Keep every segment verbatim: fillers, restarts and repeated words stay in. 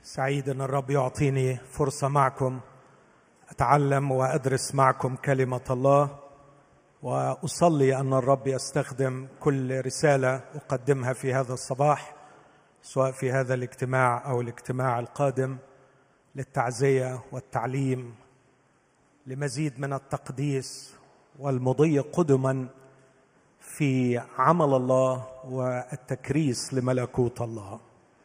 سعيد أن الرب يعطيني فرصة معكم أتعلم وأدرس معكم كلمة الله، وأصلي أن الرب يستخدم كل رسالة أقدمها في هذا الصباح سواء في هذا الاجتماع أو الاجتماع القادم للتعزية والتعليم، لمزيد من التقديس والمضي قدما في عمل الله والتكريس لملكوت الله.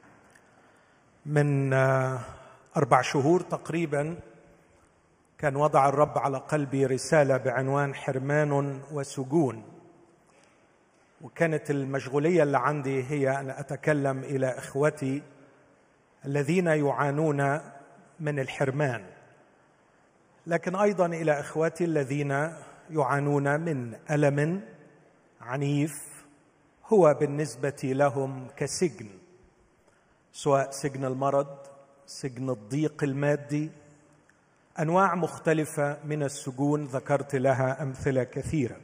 من أربع شهور تقريبا كان وضع الرب على قلبي رسالة بعنوان حرمان وسجون، وكانت المشغولية اللي عندي هي أن أتكلم إلى إخوتي الذين يعانون من الحرمان، لكن أيضا إلى إخوتي الذين يعانون من ألم عنيف هو بالنسبة لهم كسجن، سواء سجن المرض، سجن الضيق المادي، أنواع مختلفة من السجون ذكرت لها أمثلة كثيرة.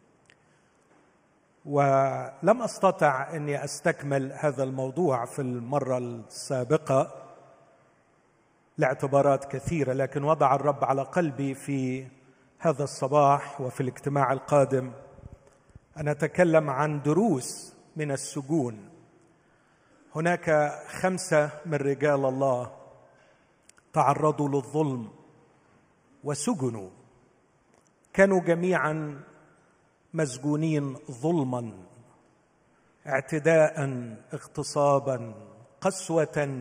ولم أستطع أني أستكمل هذا الموضوع في المرة السابقة لاعتبارات كثيرة، لكن وضع الرب على قلبي في هذا الصباح وفي الاجتماع القادم أن أتكلم عن دروس من السجون. هناك خمسة من رجال الله تعرضوا للظلم وسجنوا، كانوا جميعا مسجونين ظلما، اعتداء، اغتصابا، قسوة،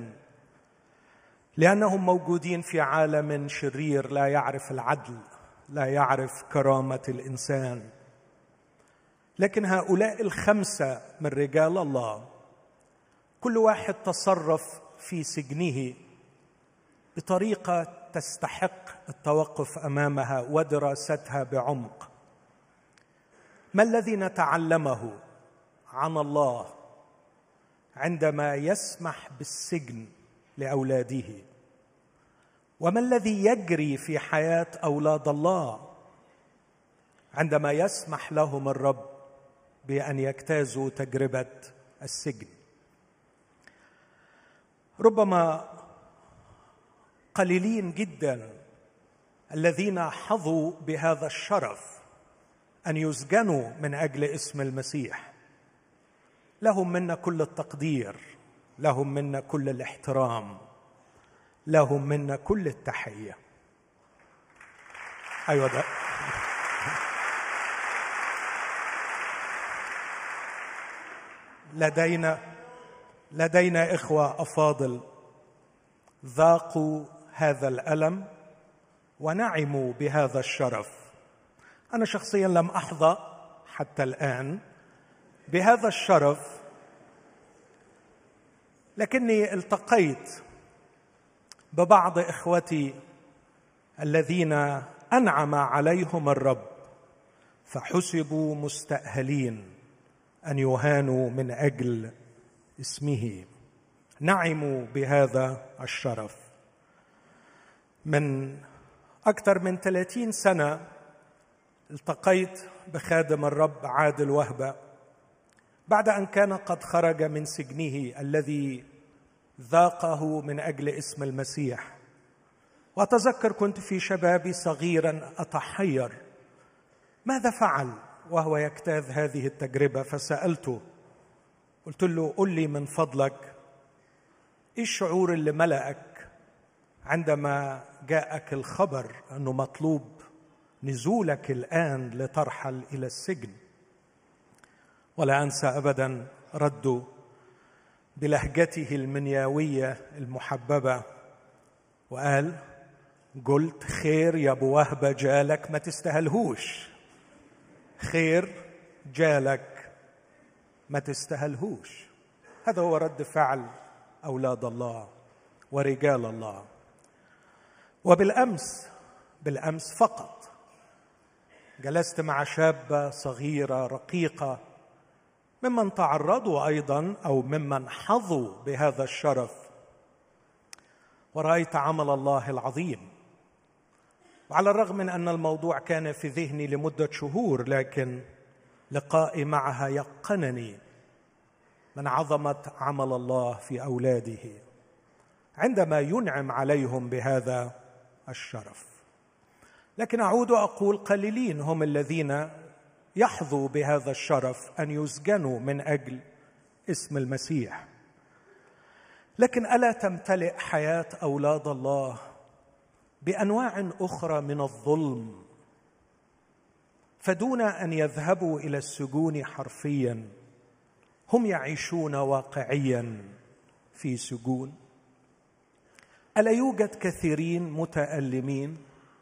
لأنهم موجودين في عالم شرير لا يعرف العدل، لا يعرف كرامة الإنسان. لكن هؤلاء الخمسة من رجال الله كل واحد تصرف في سجنه بطريقة تستحق التوقف أمامها ودراستها بعمق. ما الذي نتعلمه عن الله عندما يسمح بالسجن لأولاده؟ وما الذي يجري في حياة أولاد الله عندما يسمح لهم الرب بأن يجتازوا تجربة السجن؟ ربما قليلين جدا الذين حظوا بهذا الشرف أن يسجنوا من أجل اسم المسيح. لهم منا كل التقدير، لهم منا كل الاحترام، لهم منا كل التحية. أيوة ده. لدينا لدينا إخوة أفاضل ذاقوا هذا الألم ونعموا بهذا الشرف. أنا شخصيا لم أحظى حتى الآن بهذا الشرف، لكني التقيت ببعض إخوتي الذين أنعم عليهم الرب فحسبوا مستأهلين أن يهانوا من أجل اسمه، نعموا بهذا الشرف. من أكثر من ثلاثين سنة التقيت بخادم الرب عادل وهبة بعد أن كان قد خرج من سجنه الذي ذاقه من أجل اسم المسيح. وأتذكر كنت في شبابي صغيرا أتحير ماذا فعل وهو يجتاز هذه التجربة، فسألته قلت له قل لي من فضلك إيه الشعور اللي ملأك عندما جاءك الخبر أنه مطلوب نزولك الآن لترحل إلى السجن؟ ولا أنسى أبدا رده بلهجته المنياوية المحببة وقال قلت خير يا أبو وهبة جالك ما تستهلهوش، خير جالك ما تستهلهوش. هذا هو رد فعل أولاد الله ورجال الله. وبالأمس بالأمس فقط جلست مع شابة صغيرة رقيقة ممن تعرضوا أيضا أو ممن حظوا بهذا الشرف، ورأيت عمل الله العظيم. وعلى الرغم من أن الموضوع كان في ذهني لمدة شهور، لكن لقائي معها يقنني من عظمة عمل الله في أولاده. عندما ينعم عليهم بهذا الشرف. لكن أعود وأقول قليلين هم الذين يحظوا بهذا الشرف أن يسجنوا من أجل اسم المسيح. لكن ألا تمتلئ حياة أولاد الله بأنواع أخرى من الظلم، فدون أن يذهبوا إلى السجون حرفيا هم يعيشون واقعيا في سجون؟ ألا يوجد كثيرين متألمين؟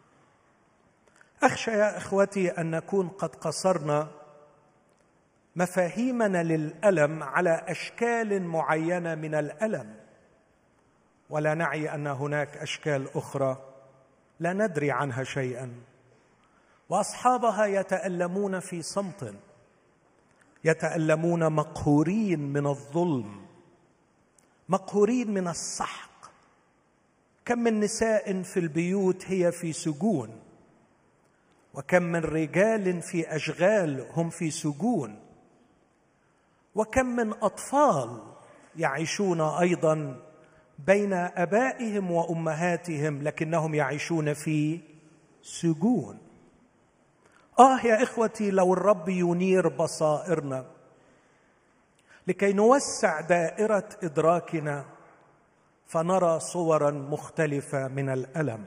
أخشى يا إخوتي أن نكون قد قصرنا مفاهيمنا للألم على أشكال معينة من الألم، ولا نعي أن هناك أشكال أخرى لا ندري عنها شيئا، وأصحابها يتألمون في صمت، يتألمون مقهورين من الظلم، مقهورين من السحق. كم من نساء في البيوت هي في سجون، وكم من رجال في أشغال هم في سجون، وكم من أطفال يعيشون أيضا بين آبائهم وأمهاتهم لكنهم يعيشون في سجون. آه يا إخوتي، لو الرب ينير بصائرنا لكي نوسع دائرة إدراكنا فنرى صورا مختلفة من الألم.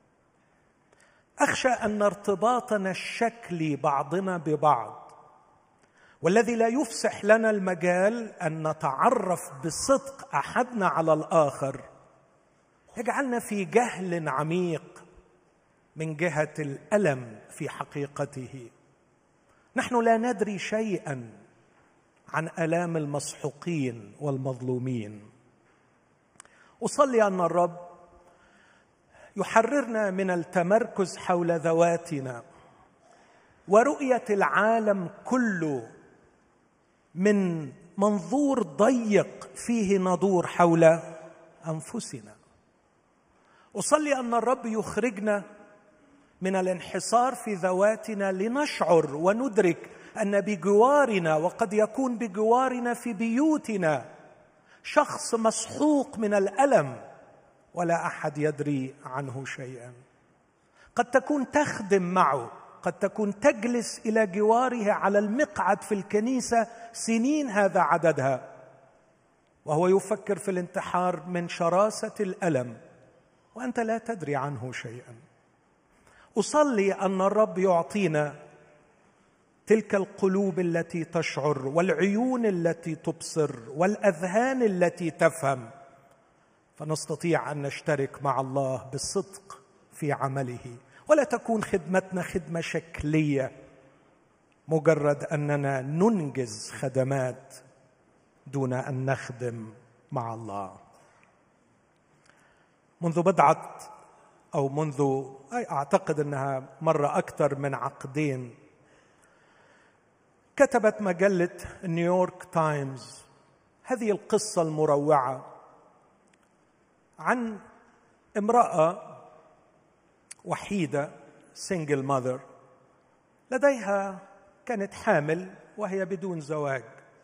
أخشى أن ارتباطنا الشكلي بعضنا ببعض، والذي لا يفسح لنا المجال أن نتعرف بصدق أحدنا على الآخر، يجعلنا في جهل عميق من جهة الألم في حقيقته. نحن لا ندري شيئا عن آلام المسحوقين والمظلومين. أصلي أن الرب يحررنا من التمركز حول ذواتنا ورؤية العالم كله من منظور ضيق فيه ندور حول أنفسنا. أصلي أن الرب يخرجنا من الانحصار في ذواتنا لنشعر وندرك أن بجوارنا، وقد يكون بجوارنا في بيوتنا، شخص مسحوق من الألم ولا أحد يدري عنه شيئا. قد تكون تخدم معه، قد تكون تجلس إلى جواره على المقعد في الكنيسة سنين هذا عددها، وهو يفكر في الانتحار من شراسة الألم وأنت لا تدري عنه شيئا. أصلي أن الرب يعطينا تلك القلوب التي تشعر، والعيون التي تبصر، والأذهان التي تفهم، فنستطيع أن نشترك مع الله بالصدق في عمله، ولا تكون خدمتنا خدمة شكلية، مجرد أننا ننجز خدمات دون أن نخدم مع الله. منذ بضعة أو منذ أعتقد أنها مرة أكثر من عقدين كتبت مجلة نيويورك تايمز هذه القصة المروعة عن امرأة وحيدة سينجل ماذر، لديها كانت حامل وهي بدون زواج،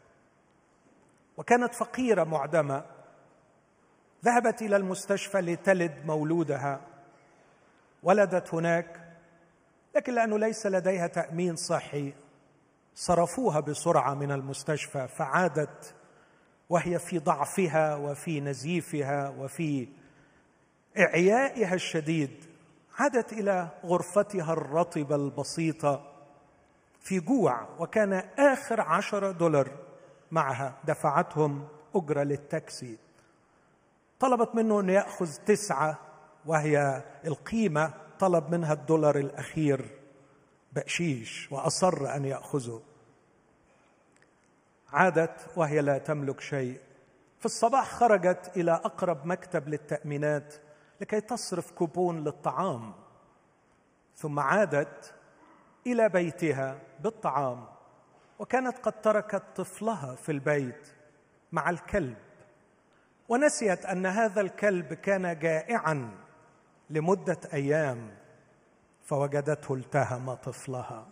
وكانت فقيرة معدمة. ذهبت إلى المستشفى لتلد مولودها، ولدت هناك، لكن لأنه ليس لديها تأمين صحي صرفوها بسرعة من المستشفى، فعادت وهي في ضعفها وفي نزيفها وفي إعيائها الشديد، عادت إلى غرفتها الرطبة البسيطة في جوع، وكان آخر عشرة دولار معها، دفعتهم أجرة للتاكسي. طلبت منه أن يأخذ تسعة وهي القيمة، طلب منها الدولار الأخير بقشيش وأصر أن يأخذه. عادت وهي لا تملك شيء. في الصباح خرجت إلى أقرب مكتب للتأمينات لكي تصرف كوبون للطعام، ثم عادت إلى بيتها بالطعام، وكانت قد تركت طفلها في البيت مع الكلب، ونسيت أن هذا الكلب كان جائعا لمدة أيام، فوجدته التهم طفلها.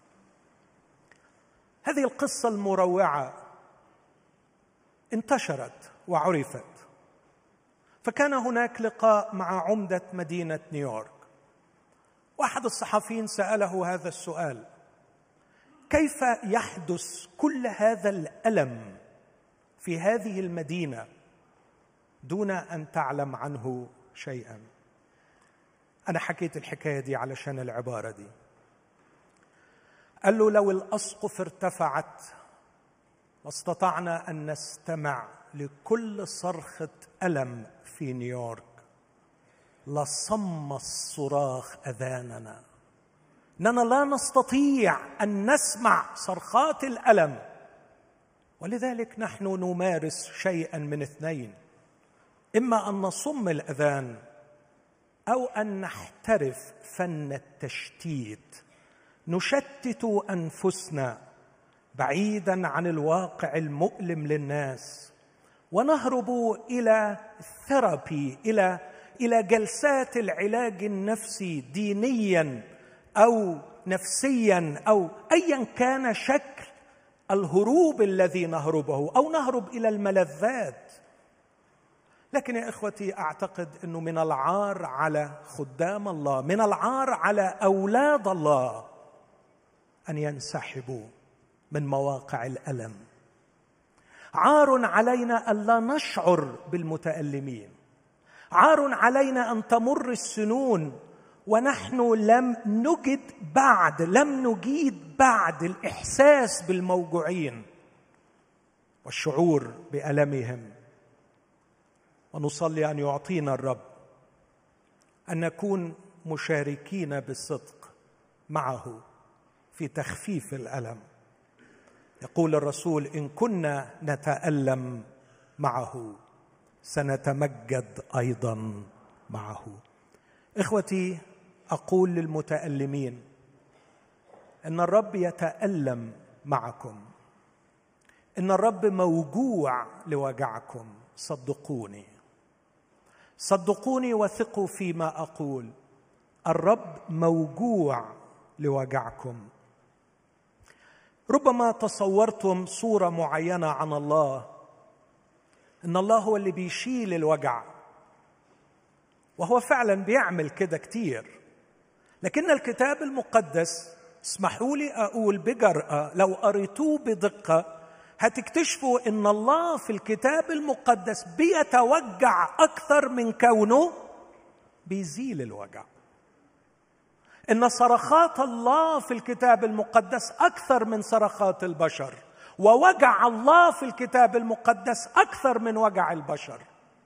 هذه القصة المروعة انتشرت وعرفت، فكان هناك لقاء مع عمدة مدينة نيويورك، واحد الصحفيين سأله هذا السؤال: كيف يحدث كل هذا الألم في هذه المدينة دون أن تعلم عنه شيئا؟ أنا حكيت الحكاية دي علشان العبارة دي. قال له: لو الأسقف ارتفعت واستطعنا أن نستمع لكل صرخة ألم في نيويورك لصم الصراخ أذاننا، إننا لا نستطيع أن نسمع صرخات الألم، ولذلك نحن نمارس شيئا من اثنين: إما أن نصم الأذان أو أن نحترف فن التشتيت، نشتت أنفسنا بعيدا عن الواقع المؤلم للناس ونهرب إلى الثيرابي، إلى إلى جلسات العلاج النفسي دينيا أو نفسيا أو أيا كان شكل الهروب الذي نهربه، أو نهرب إلى الملذات. لكن يا إخوتي، أعتقد أنه من العار على خدام الله، من العار على أولاد الله، أن ينسحبوا من مواقع الألم. عار علينا ألا نشعر بالمتألمين، عار علينا أن تمر السنون ونحن لم نجد بعد لم نجيد بعد الإحساس بالموجوعين والشعور بألمهم. ونصلي أن يعطينا الرب أن نكون مشاركين بالصدق معه في تخفيف الألم. يقول الرسول: إن كنا نتألم معه سنتمجد أيضا معه. إخوتي، أقول للمتألمين إن الرب يتألم معكم، إن الرب موجوع لوجعكم. صدقوني صدقوني وثقوا فيما أقول، الرب موجوع لوجعكم. ربما تصورتم صورة معينة عن الله، إن الله هو اللي بيشيل الوجع، وهو فعلا بيعمل كده كتير. لكن الكتاب المقدس، اسمحوا لي أقول بجرأة، لو قريتوه بدقة هتكتشفوا إن الله في الكتاب المقدس بيتوجع أكثر من كونه بيزيل الوجع. إن صرخات الله في الكتاب المقدس أكثر من صرخات البشر، ووجع الله في الكتاب المقدس أكثر من وجع البشر.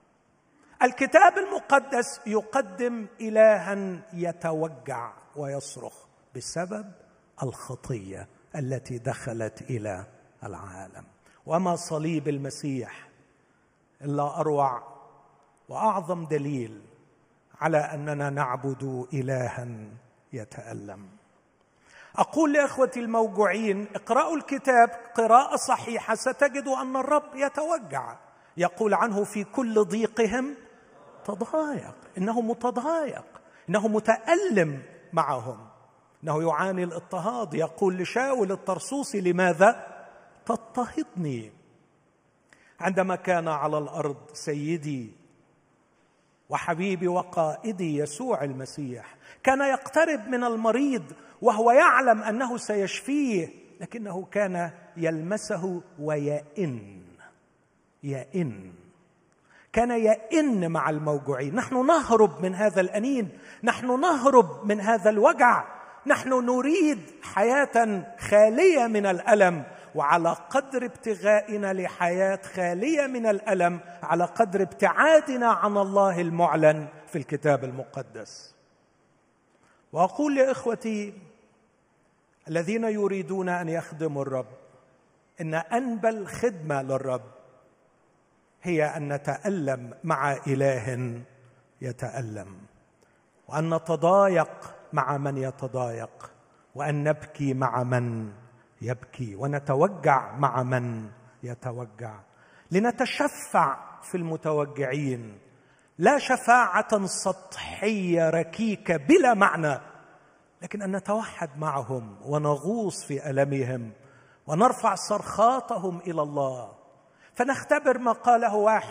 الكتاب المقدس يقدم إلها يتوجع ويصرخ بسبب الخطية التي دخلت إلى العالم. وما صليب المسيح إلا أروع وأعظم دليل على أننا نعبد إلها يتألم. أقول لإخوتي الموجوعين: اقرأوا الكتاب قراءة صحيحة ستجدوا أن الرب يتوجع. يقول عنه: في كل ضيقهم تضايق. إنه متضايق، إنه متألم معهم، إنه يعاني الاضطهاد. يقول لشاول الطرسوسي: لماذا تضطهدني؟ عندما كان على الأرض سيدي وحبيبي وقائدي يسوع المسيح كان يقترب من المريض وهو يعلم أنه سيشفيه، لكنه كان يلمسه ويئن يئن كان يئن مع الموجوعين. نحن نهرب من هذا الأنين، نحن نهرب من هذا الوجع، نحن نريد حياة خالية من الألم. وعلى قدر ابتغائنا لحياة خالية من الألم، على قدر ابتعادنا عن الله المعلن في الكتاب المقدس. وأقول لإخوتي الذين يريدون أن يخدموا الرب إن أنبل خدمة للرب هي أن نتألم مع إله يتألم، وأن نتضايق مع من يتضايق، وأن نبكي مع من يبكي، ونتوجع مع من يتوجع، لنتشفع في المتوجعين. لا شفاعة سطحية ركيكة بلا معنى، لكن أن نتوحد معهم ونغوص في ألمهم ونرفع صرخاتهم إلى الله، فنختبر ما قاله واحد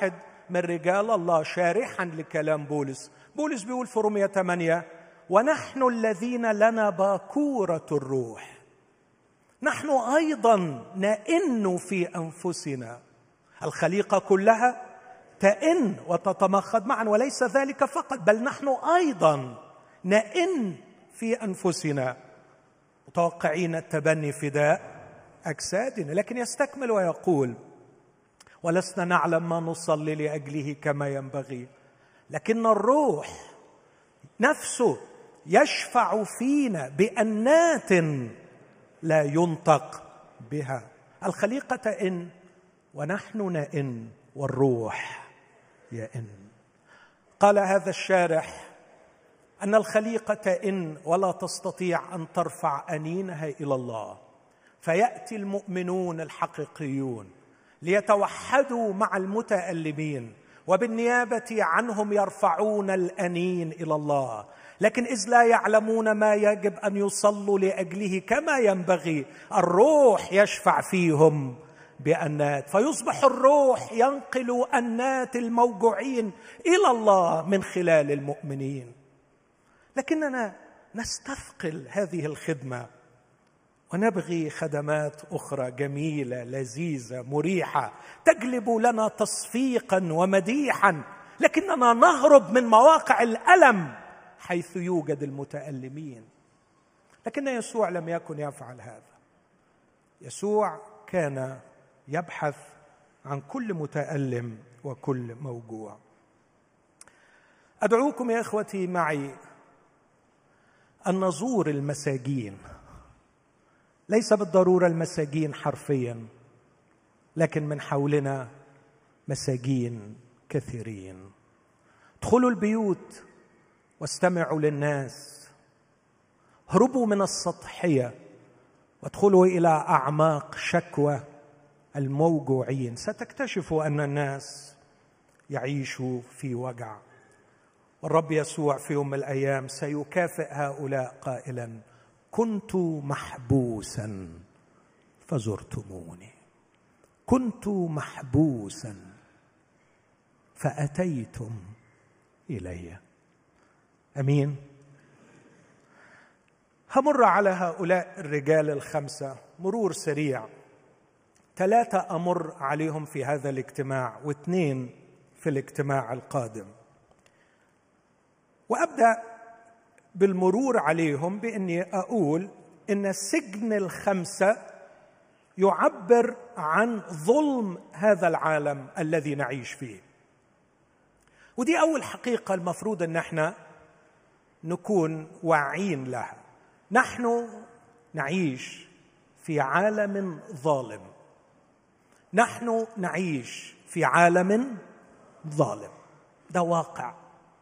من رجال الله شارحا لكلام بولس. بولس بيقول في رومية ثمانية: ونحن الذين لنا باكورة الروح نحن أيضا نئن في أنفسنا، الخليقة كلها تئن وتتمخض معا، وليس ذلك فقط بل نحن أيضا نئن في أنفسنا متوقعين التبني فداء أجسادنا. لكن يستكمل ويقول: ولسنا نعلم ما نصلي لأجله كما ينبغي، لكن الروح نفسه يشفع فينا بأنات لا ينطق بها. الخليقة تئن ونحن نئن والروح يئن. قال هذا الشارح أن الخليقة تئن ولا تستطيع أن ترفع أنينها إلى الله، فيأتي المؤمنون الحقيقيون ليتوحدوا مع المتألمين وبالنيابة عنهم يرفعون الأنين إلى الله. لكن إذ لا يعلمون ما يجب أن يصلوا لأجله كما ينبغي، الروح يشفع فيهم بأنات، فيصبح الروح ينقل أنات الموجوعين إلى الله من خلال المؤمنين. لكننا نستثقل هذه الخدمة ونبغي خدمات أخرى جميلة لذيذة مريحة تجلب لنا تصفيقا ومديحا، لكننا نهرب من مواقع الألم حيث يوجد المتألمين. لكن يسوع لم يكن يفعل هذا. يسوع كان يبحث عن كل متألم وكل موجوع. أدعوكم يا إخوتي معي أن نزور المساجين، ليس بالضرورة المساجين حرفيا، لكن من حولنا مساجين كثيرين. ادخلوا البيوت واستمعوا للناس، هربوا من السطحية وادخلوا إلى أعماق شكوى الموجوعين. ستكتشفوا أن الناس يعيشوا في وجع، والرب يسوع في يوم من الأيام سيكافئ هؤلاء قائلا: كنت محبوسا فزرتموني، كنت محبوسا فأتيتم إلي. أمين. همر على هؤلاء الرجال الخمسة مرور سريع. ثلاثة أمر عليهم في هذا الاجتماع واثنين في الاجتماع القادم، وأبدأ بالمرور عليهم بأني أقول إن سجن الخمسة يعبر عن ظلم هذا العالم الذي نعيش فيه. ودي أول حقيقة المفروض أن احنا نكون واعين لها. نحن نعيش في عالم ظالم، نحن نعيش في عالم ظالم، ده واقع.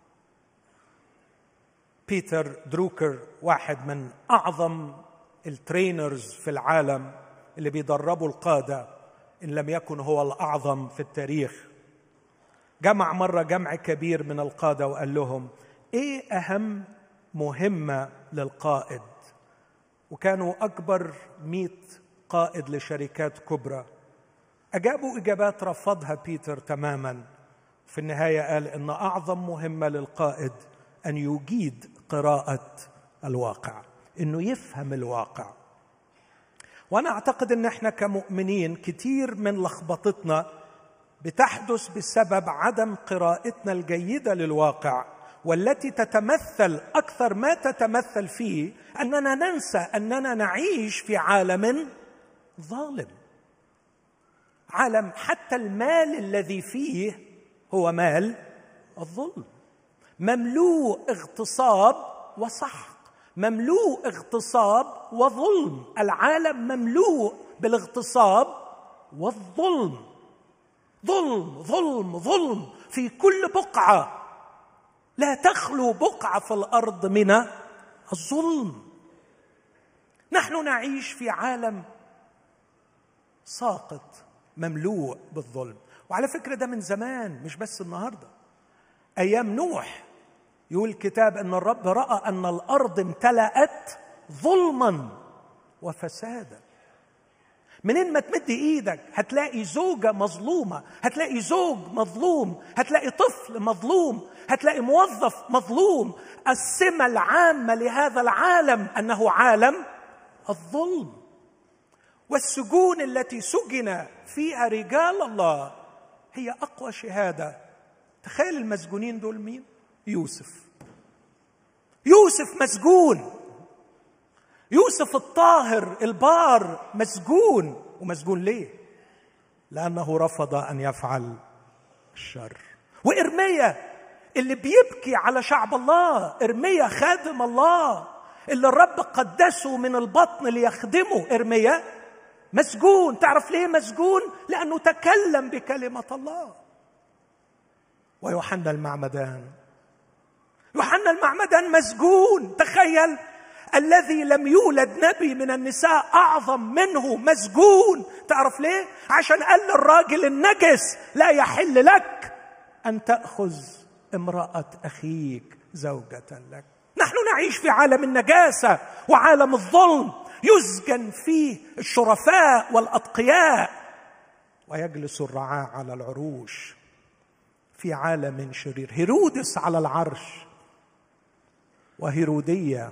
بيتر دروكر واحد من أعظم الترينرز في العالم اللي بيدربوا القادة، إن لم يكن هو الأعظم في التاريخ، جمع مرة جمع كبير من القادة وقال لهم: إيه أهم مهمة للقائد؟ وكانوا أكبر مئة قائد لشركات كبرى. أجابوا إجابات رفضها بيتر تماما. في النهاية قال إن أعظم مهمة للقائد أن يجيد قراءة الواقع، إنه يفهم الواقع. وأنا أعتقد إن إحنا كمؤمنين كتير من لخبطتنا بتحدث بسبب عدم قراءتنا الجيدة للواقع، والتي تتمثل أكثر ما تتمثل فيه أننا ننسى أننا نعيش في عالم ظالم، عالم حتى المال الذي فيه هو مال الظلم، مملوء اغتصاب وسحق، مملوء اغتصاب وظلم. العالم مملوء بالاغتصاب والظلم، ظلم ظلم ظلم في كل بقعة. لا تخلو بقعة في الأرض من الظلم. نحن نعيش في عالم ساقط مملوء بالظلم. وعلى فكرة ده من زمان، مش بس النهاردة. أيام نوح يقول الكتاب أن الرب رأى أن الأرض امتلأت ظلما وفسادا. منين ما تمد ايدك هتلاقي زوجة مظلومة، هتلاقي زوج مظلوم، هتلاقي طفل مظلوم، هتلاقي موظف مظلوم. السمة العامة لهذا العالم أنه عالم الظلم، والسجون التي سجن فيها رجال الله هي أقوى شهادة. تخيل المسجونين دول مين؟ يوسف. يوسف مسجون، يوسف الطاهر البار مسجون. ومسجون ليه؟ لأنه رفض أن يفعل الشر. وإرميا اللي بيبكي على شعب الله، إرميا خادم الله اللي الرب قدسه من البطن ليخدمه، إرميا مسجون. تعرف ليه مسجون؟ لأنه تكلم بكلمة الله. ويوحنا المعمدان، يوحنا المعمدان مسجون. تخيل، الذي لم يولد نبي من النساء أعظم منه مسجون. تعرف ليه؟ عشان قال للراجل النجس لا يحل لك أن تأخذ امرأة أخيك زوجة لك. نحن نعيش في عالم النجاسة وعالم الظلم، يسجن فيه الشرفاء والأتقياء ويجلس الرعاع على العروش. في عالم شرير، هيرودس على العرش، وهيرودية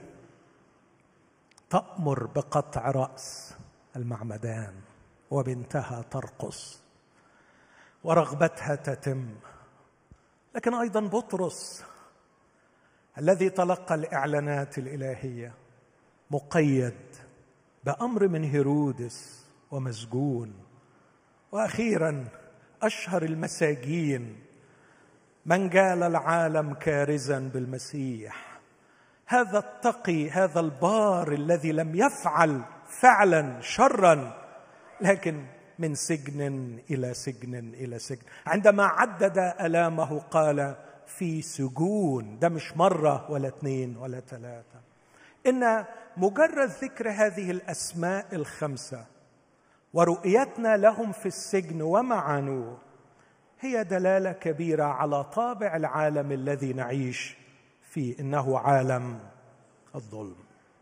تأمر بقطع رأس المعمدان، وبنتها ترقص ورغبتها تتم. لكن أيضا بطرس الذي تلقى الإعلانات الإلهية مقيد بأمر من هيرودس ومسجون. وأخيرا أشهر المساجين من جال العالم كارزا بالمسيح، هذا التقي، هذا البار الذي لم يفعل فعلا شرا، لكن من سجن إلى سجن إلى سجن. عندما عدد آلامه قال في سجون. ده مش مرة ولا اثنين ولا ثلاثة. إن مجرد ذكر هذه الأسماء الخمسة ورؤيتنا لهم في السجن ومعانوه هي دلالة كبيرة على طابع العالم الذي نعيش فيه، إنه عالم الظلم.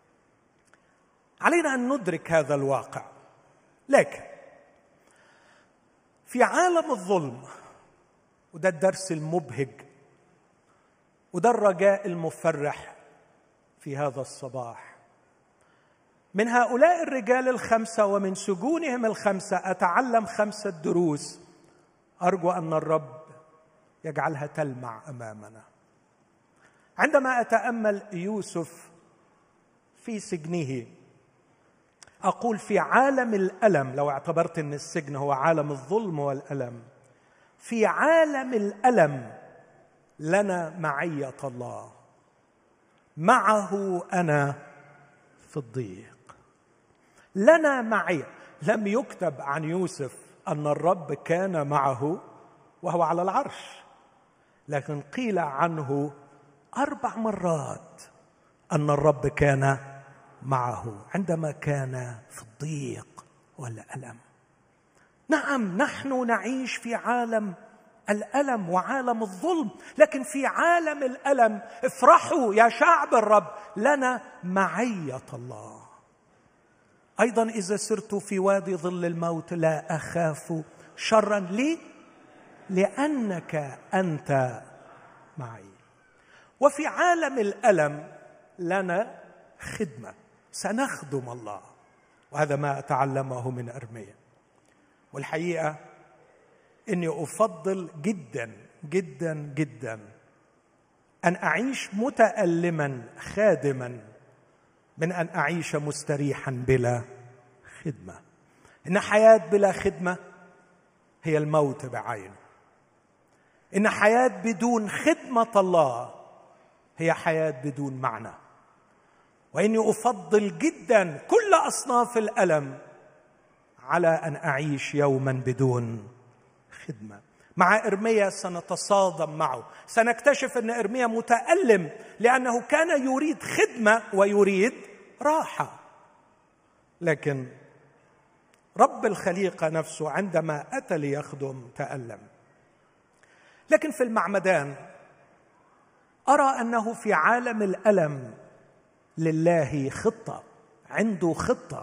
علينا أن ندرك هذا الواقع. لكن في عالم الظلم، وده الدرس المبهج وده الرجاء المفرح في هذا الصباح، من هؤلاء الرجال الخمسة ومن سجونهم الخمسة أتعلم خمسة دروس أرجو أن الرب يجعلها تلمع أمامنا. عندما أتأمل يوسف في سجنه أقول في عالم الألم، لو اعتبرت أن السجن هو عالم الظلم والألم، في عالم الألم لنا معية الله، معه أنا في الضيق. لنا معية. لم يكتب عن يوسف أن الرب كان معه وهو على العرش، لكن قيل عنه أربع مرات أن الرب كان معه عندما كان في الضيق والألم. نعم، نحن نعيش في عالم الألم وعالم الظلم، لكن في عالم الألم افرحوا يا شعب الرب، لنا معية الله. أيضا إذا سرت في وادي ظل الموت لا أخاف شرا، لي لأنك أنت معي. وفي عالم الألم لنا خدمة، سنخدم الله، وهذا ما أتعلمه من أرميا. والحقيقة إني أفضل جدا جدا جدا أن أعيش متألما خادما من أن أعيش مستريحا بلا خدمة. إن حياة بلا خدمة هي الموت بعينه. إن حياة بدون خدمة الله هي حياة بدون معنى. وإني أفضل جدا كل أصناف الألم على أن أعيش يوما بدون خدمة. مع إرميا سنتصادم معه، سنكتشف أن إرميا متألم لأنه كان يريد خدمة ويريد راحة، لكن رب الخليقة نفسه عندما أتى ليخدم تألم. لكن في المعمدان أرى أنه في عالم الألم لله خطة، عنده خطة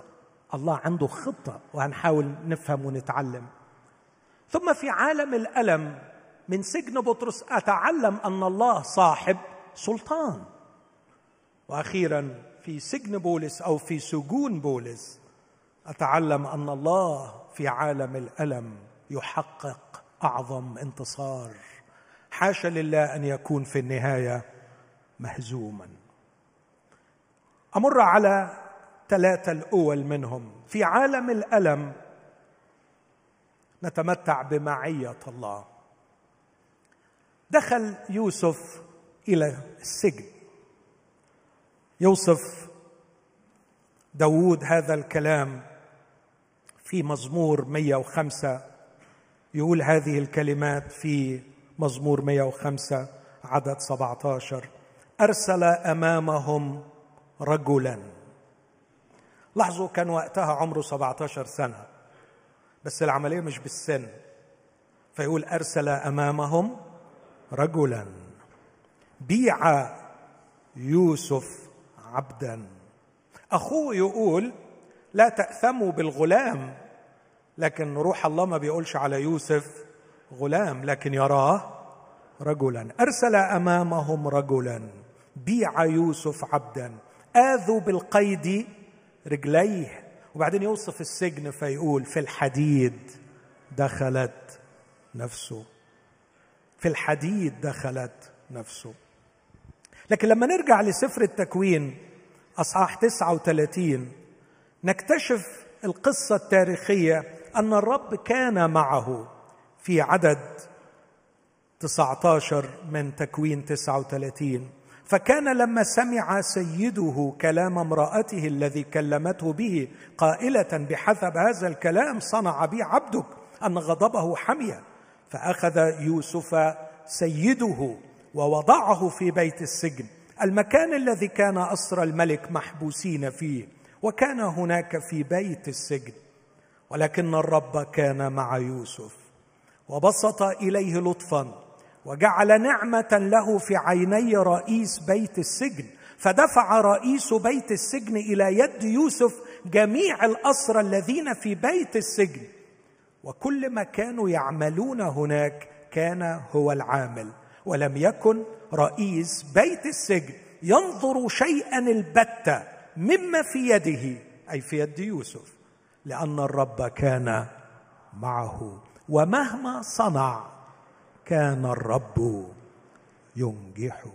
الله عنده خطة، وهنحاول نفهم ونتعلم. ثم في عالم الألم من سجن بطرس أتعلم أن الله صاحب سلطان. وأخيرا في سجن بولس أو في سجون بولس أتعلم أن الله في عالم الألم يحقق أعظم انتصار. حاشا لله أن يكون في النهاية مهزوما. أمر على ثلاثة الأول منهم. في عالم الألم نتمتع بمعية الله. دخل يوسف إلى السجن. يوصف داود هذا الكلام في مزمور مئة وخمسة، يقول هذه الكلمات في مزمور مئة وخمسة عدد سبعة عشر: أرسل أمامهم رجلا. لاحظوا كان وقتها عمره سبعة عشر سنة، بس العملية مش بالسن، فيقول أرسل أمامهم رجلا بيع يوسف عبدا. أخوه يقول لا تأثموا بالغلام، لكن روح الله ما بيقولش على يوسف غلام، لكن يراه رجلا. أرسل أمامهم رجلا بيع يوسف عبدا، آذوا بالقيد رجليه. وبعدين يوصف السجن فيقول في الحديد دخلت نفسه، في الحديد دخلت نفسه. لكن لما نرجع لسفر التكوين أصحاح تسعة وثلاثين نكتشف القصة التاريخية أن الرب كان معه في عدد تسعة عشر من تكوين تسعة وثلاثين: فكان لما سمع سيده كلام امرأته الذي كلمته به قائلة بحسب هذا الكلام صنع بي عبدك أن غضبه حمي، فأخذ يوسف سيده ووضعه في بيت السجن، المكان الذي كان أسرى الملك محبوسين فيه، وكان هناك في بيت السجن. ولكن الرب كان مع يوسف وبسط إليه لطفا وجعل نعمة له في عيني رئيس بيت السجن، فدفع رئيس بيت السجن إلى يد يوسف جميع الأسرى الذين في بيت السجن، وكل ما كانوا يعملون هناك كان هو العامل، ولم يكن رئيس بيت السجن ينظر شيئا البتة مما في يده، أي في يد يوسف، لأن الرب كان معه، ومهما صنع كان الرب ينجحه.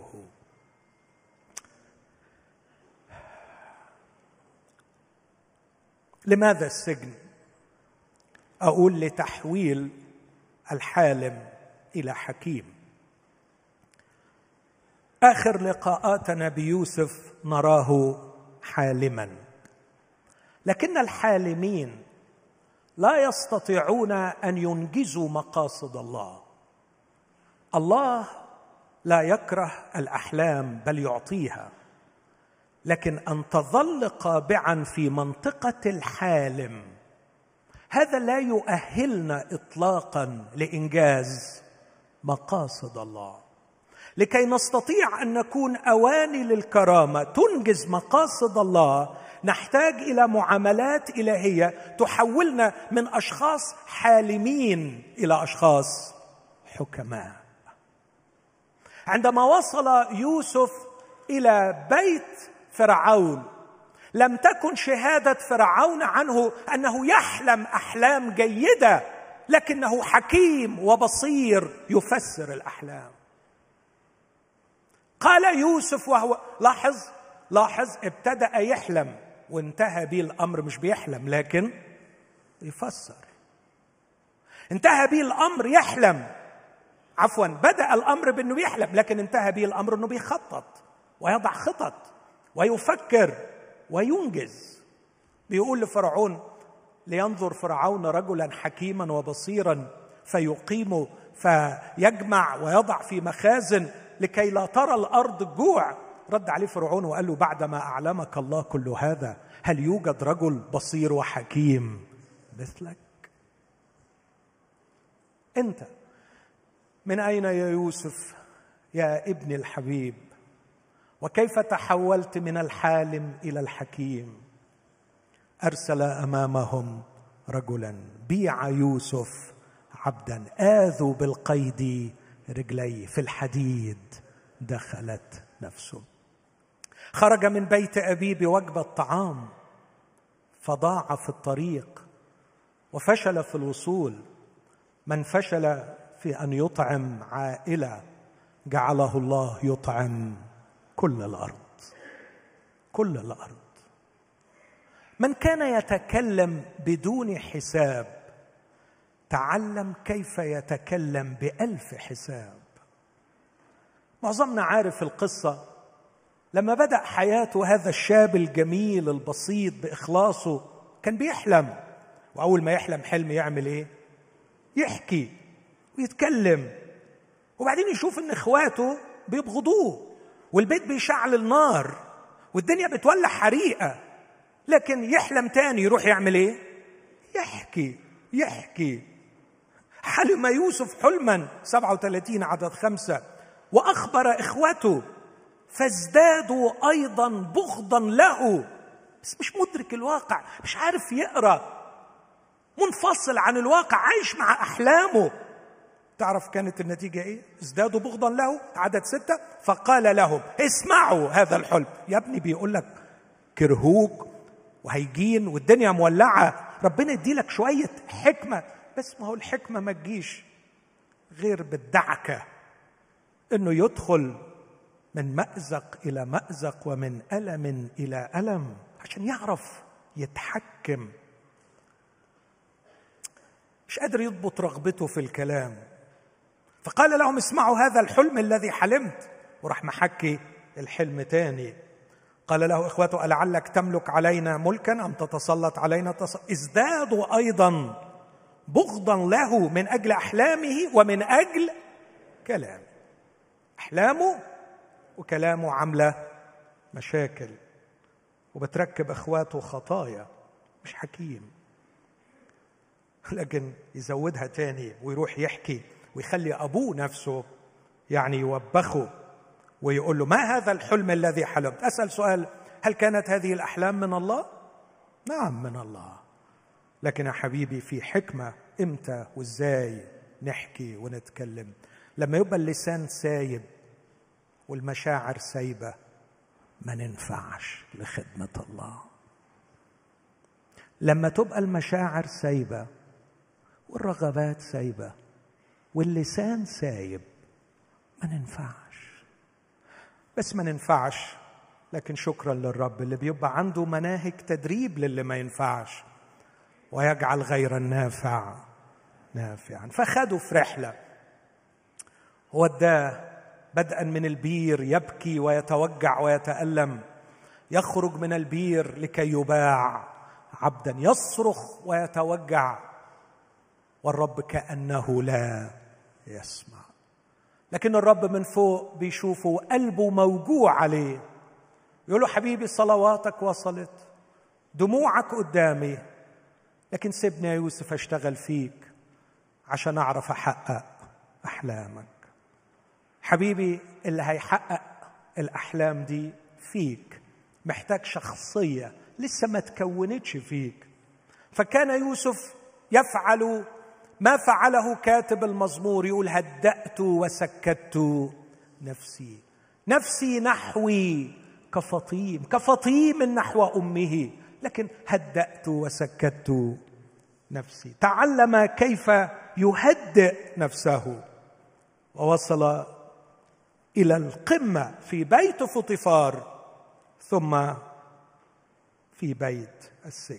لماذا السجن؟ أقول لتحويل الحالم إلى حكيم. آخر لقاءاتنا بيوسف نراه حالما، لكن الحالمين لا يستطيعون أن ينجزوا مقاصد الله. الله لا يكره الأحلام بل يعطيها، لكن أن تظل قابعا في منطقة الحالم هذا لا يؤهلنا إطلاقا لإنجاز مقاصد الله. لكي نستطيع أن نكون أواني للكرامة تنجز مقاصد الله نحتاج إلى معاملات إلهية تحولنا من أشخاص حالمين إلى أشخاص حكماء. عندما وصل يوسف إلى بيت فرعون لم تكن شهادة فرعون عنه أنه يحلم أحلام جيدة، لكنه حكيم وبصير يفسر الأحلام. قال يوسف وهو لاحظ لاحظ ابتدأ يحلم وانتهى به الأمر مش بيحلم لكن يفسر. انتهى به الأمر يحلم عفوا بدأ الأمر بأنه بيحلم، لكن انتهى به الأمر أنه بيخطط ويضع خطط ويفكر وينجز. بيقول لفرعون: لينظر فرعون رجلا حكيما وبصيرا فيقيم فيجمع ويضع في مخازن لكي لا ترى الأرض جوع. رد عليه فرعون وقال له: بعدما أعلمك الله كل هذا هل يوجد رجل بصير وحكيم مثلك؟ أنت من أين يا يوسف يا ابن الحبيب؟ وكيف تحولت من الحالم إلى الحكيم؟ أرسل أمامهم رجلا بيع يوسف عبدا، آذوا بالقيد رجليه، في الحديد دخلت نفسه. خرج من بيت أبيه بوجبة طعام فضاع في الطريق وفشل في الوصول. من فشل في أن يطعم عائلة جعله الله يطعم كل الأرض، كل الأرض. من كان يتكلم بدون حساب تعلم كيف يتكلم بألف حساب. معظمنا عارف القصة. لما بدأ حياته هذا الشاب الجميل البسيط بإخلاصه كان بيحلم، وأول ما يحلم حلم يعمل إيه؟ يحكي ويتكلم، وبعدين يشوف إن إخواته بيبغضوه والبيت بيشعل النار والدنيا بتولع حريقة، لكن يحلم تاني يروح يعمل إيه؟ يحكي يحكي. حلم يوسف حلما سبعة وثلاثين عدد خمسة، وأخبر إخوته فازدادوا أيضا بغضا له. بس مش مدرك الواقع، مش عارف يقرأ، منفصل عن الواقع، عايش مع أحلامه. تعرف كانت النتيجة إيه؟ ازدادوا بغضا له عدد ستة، فقال لهم اسمعوا هذا الحلم. يا ابني بيقول لك كرهوك وهيجين والدنيا مولعة، ربنا يديلك شوية حكمة. بس ما هو الحكمة ما تجيش غير بالدعكة، إنه يدخل من مأزق إلى مأزق ومن ألم إلى ألم عشان يعرف يتحكم. مش قادر يضبط رغبته في الكلام، فقال لهم اسمعوا هذا الحلم الذي حلمت، وراح محكي الحلم تاني. قال له إخوته ألعلك تملك علينا ملكا أم تتسلط علينا تص... ازدادوا أيضا بغضا له من أجل أحلامه ومن أجل كلامه. أحلامه وكلامه عاملة مشاكل وبتركب إخواته خطايا. مش حكيم، لكن يزودها تاني ويروح يحكي ويخلي أبوه نفسه يعني يوبخه ويقول له ما هذا الحلم الذي حلمت. أسأل سؤال، هل كانت هذه الأحلام من الله؟ نعم من الله، لكن يا حبيبي في حكمة إمتى وإزاي نحكي ونتكلم. لما يبقى اللسان سايب والمشاعر سايبة ما ننفعش لخدمة الله. لما تبقى المشاعر سايبة والرغبات سايبة واللسان سايب ما ننفعش. بس ما ننفعش، لكن شكرا للرب اللي بيبقى عنده مناهج تدريب للي ما ينفعش ويجعل غير النافع نافعا. فخدوا في رحلة، وداه بدءا من البير يبكي ويتوجع ويتألم، يخرج من البير لكي يباع عبدا، يصرخ ويتوجع والرب كأنه لا يسمع. لكن الرب من فوق بيشوفه قلبه موجوع عليه، يقول له حبيبي صلواتك وصلت، دموعك قدامي، لكن سيبني يا يوسف اشتغل فيك عشان اعرف احقق احلامك. حبيبي اللي هيحقق الاحلام دي فيك محتاج شخصية لسه ما تكونتش فيك. فكان يوسف يفعل ما فعله كاتب المزمور، يقول هدأت وسكت نفسي، نفسي نحوي كفطيم، كفطيم نحو أمه، لكن هدأت وسكت نفسي. تعلم كيف يهدئ نفسه ووصل إلى القمة في بيت فطيفار ثم في بيت السجن.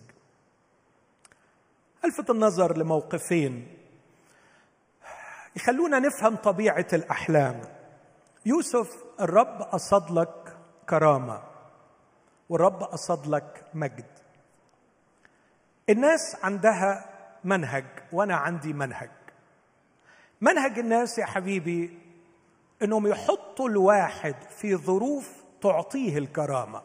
ألفت النظر لموقفين يخلونا نفهم طبيعة الأحلام. يوسف الرب قصد لك كرامة والرب قصد لك مجد. الناس عندها منهج وأنا عندي منهج. منهج الناس يا حبيبي إنهم يحطوا الواحد في ظروف تعطيه الكرامة،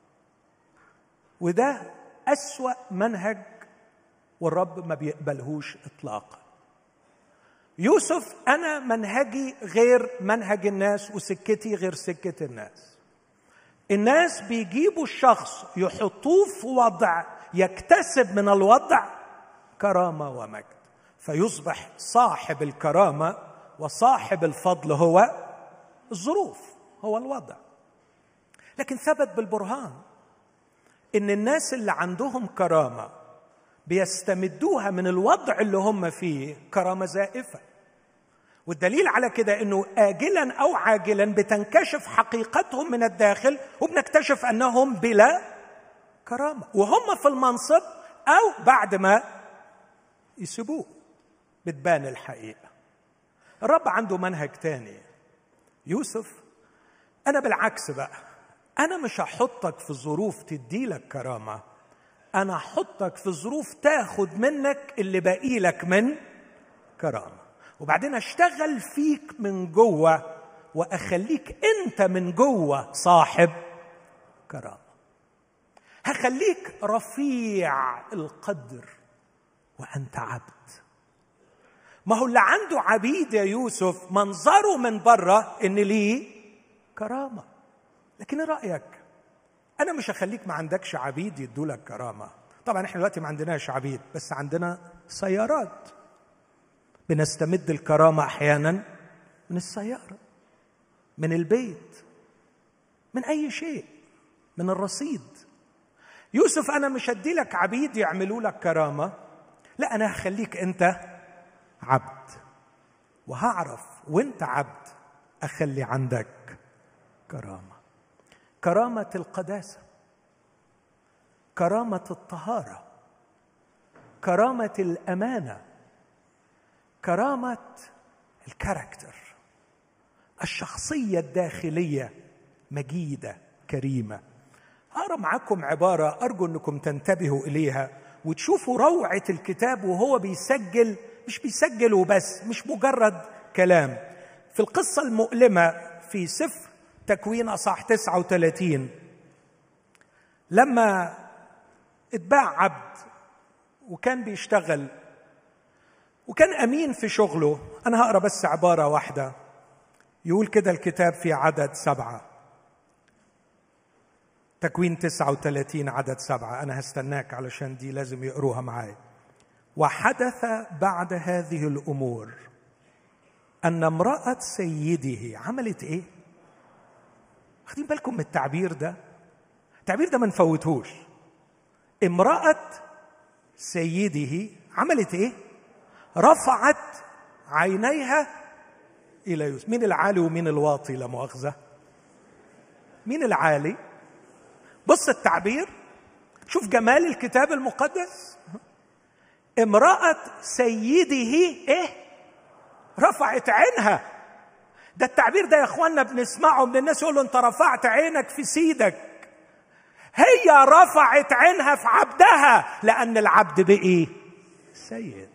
وده أسوأ منهج والرب ما بيقبلهوش إطلاقا. يوسف أنا منهجي غير منهج الناس وسكتي غير سكة الناس. الناس بيجيبوا الشخص يحطوه في وضع يكتسب من الوضع كرامة ومجد، فيصبح صاحب الكرامة وصاحب الفضل هو الظروف، هو الوضع. لكن ثبت بالبرهان إن الناس اللي عندهم كرامة بيستمدوها من الوضع اللي هم فيه كرامة زائفة. والدليل على كده إنه آجلا أو عاجلا بتنكشف حقيقتهم من الداخل، وبنكتشف أنهم بلا كرامة وهم في المنصب، أو بعد ما يسيبوه بتبان الحقيقة. الرب عنده منهج تاني. يوسف، أنا بالعكس بقى، أنا مش هحطك في ظروف تديلك كرامة، أنا هحطك في ظروف تاخد منك اللي باقي لك من كرامة، وبعدين أشتغل فيك من جوه وأخليك أنت من جوه صاحب كرامة. هخليك رفيع القدر وأنت عبد. ما هو اللي عنده عبيد يا يوسف منظره من بره إن ليه كرامة، لكن رأيك أنا مش هخليك ما عندكش عبيد يدولك كرامة. طبعا إحنا دلوقتي ما عندناش عبيد، بس عندنا سيارات بنستمد الكرامة أحيانا من السيارة، من البيت، من أي شيء، من الرصيد. يوسف، أنا مش هدي لك عبيد يعملوا لك كرامة، لا، أنا هخليك أنت عبد، وهعرف وأنت عبد أخلي عندك كرامة. كرامة القداسة، كرامة الطهارة، كرامة الأمانة، كرامة الكاركتر، الشخصية الداخلية مجيدة كريمة. أقرأ معكم عبارة أرجو أنكم تنتبهوا إليها وتشوفوا روعة الكتاب وهو بيسجل، مش بيسجل وبس، مش مجرد كلام. في القصة المؤلمة في سفر تكوين أصحاح تسعة وثلاثين، لما اتباع عبد وكان بيشتغل وكان أمين في شغله. أنا هقرأ بس عبارة واحدة، يقول كده الكتاب في عدد سبعة، تكوين تسعة وثلاثين عدد سبعة، أنا هستناك علشان دي لازم يقروها معايا. وحدث بعد هذه الأمور أن امرأة سيده عملت إيه؟ واخدين بالكم من التعبير ده؟ التعبير ده ما نفوتهوش. امرأة سيده عملت إيه؟ رفعت عينيها إلى يوسف. مين العالي ومين الواطي؟ لا مؤاخذة، مين العالي؟ بص التعبير، شوف جمال الكتاب المقدس. امرأة سيده ايه؟ رفعت عينها. ده التعبير ده يا اخوانا بنسمعه من الناس يقولوا انت رفعت عينك في سيدك. هي رفعت عينها في عبدها، لأن العبد بقي سيد.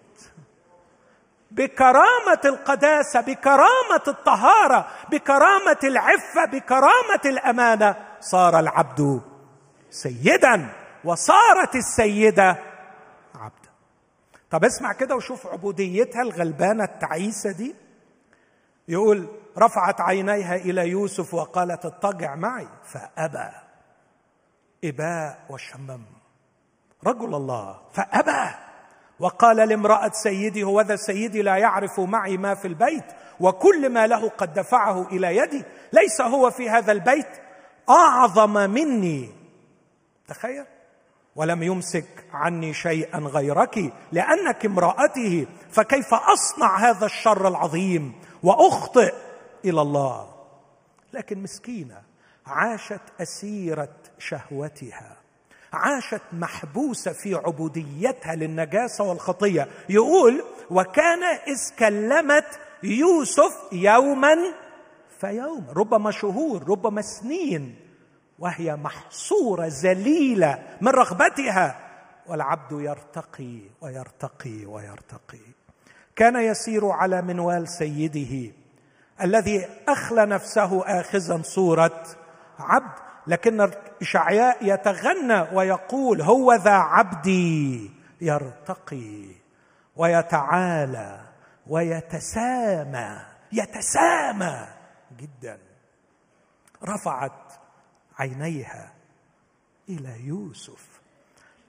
بكرامة القداسة، بكرامة الطهارة، بكرامة العفة، بكرامة الأمانة، صار العبد سيدا وصارت السيدة عبدا. طب اسمع كده وشوف عبوديتها الغلبانة التعيسة دي. يقول رفعت عينيها إلى يوسف وقالت اضطجع معي، فأبى. إباء وشمم رجل الله، فأبى وقال لامرأة سيدي هوذا سيدي لا يعرف معي ما في البيت، وكل ما له قد دفعه إلى يدي، ليس هو في هذا البيت أعظم مني. تخيل، ولم يمسك عني شيئا غيرك لأنك امرأته، فكيف أصنع هذا الشر العظيم وأخطئ إلى الله؟ لكن مسكينة عاشت أسيرة شهوتها، عاشت محبوسة في عبوديتها للنجاسة والخطية. يقول وكان إذ كلمت يوسف يوما فيوم، ربما شهور ربما سنين، وهي محصورة ذليلة من رغبتها، والعبد يرتقي ويرتقي ويرتقي. كان يسير على منوال سيده الذي أخلى نفسه آخذا صورة عبد، لكن إشعياء يتغنى ويقول هوذا عبدي يرتقي ويتعالى ويتسامى، يتسامى جدا. رفعت عينيها إلى يوسف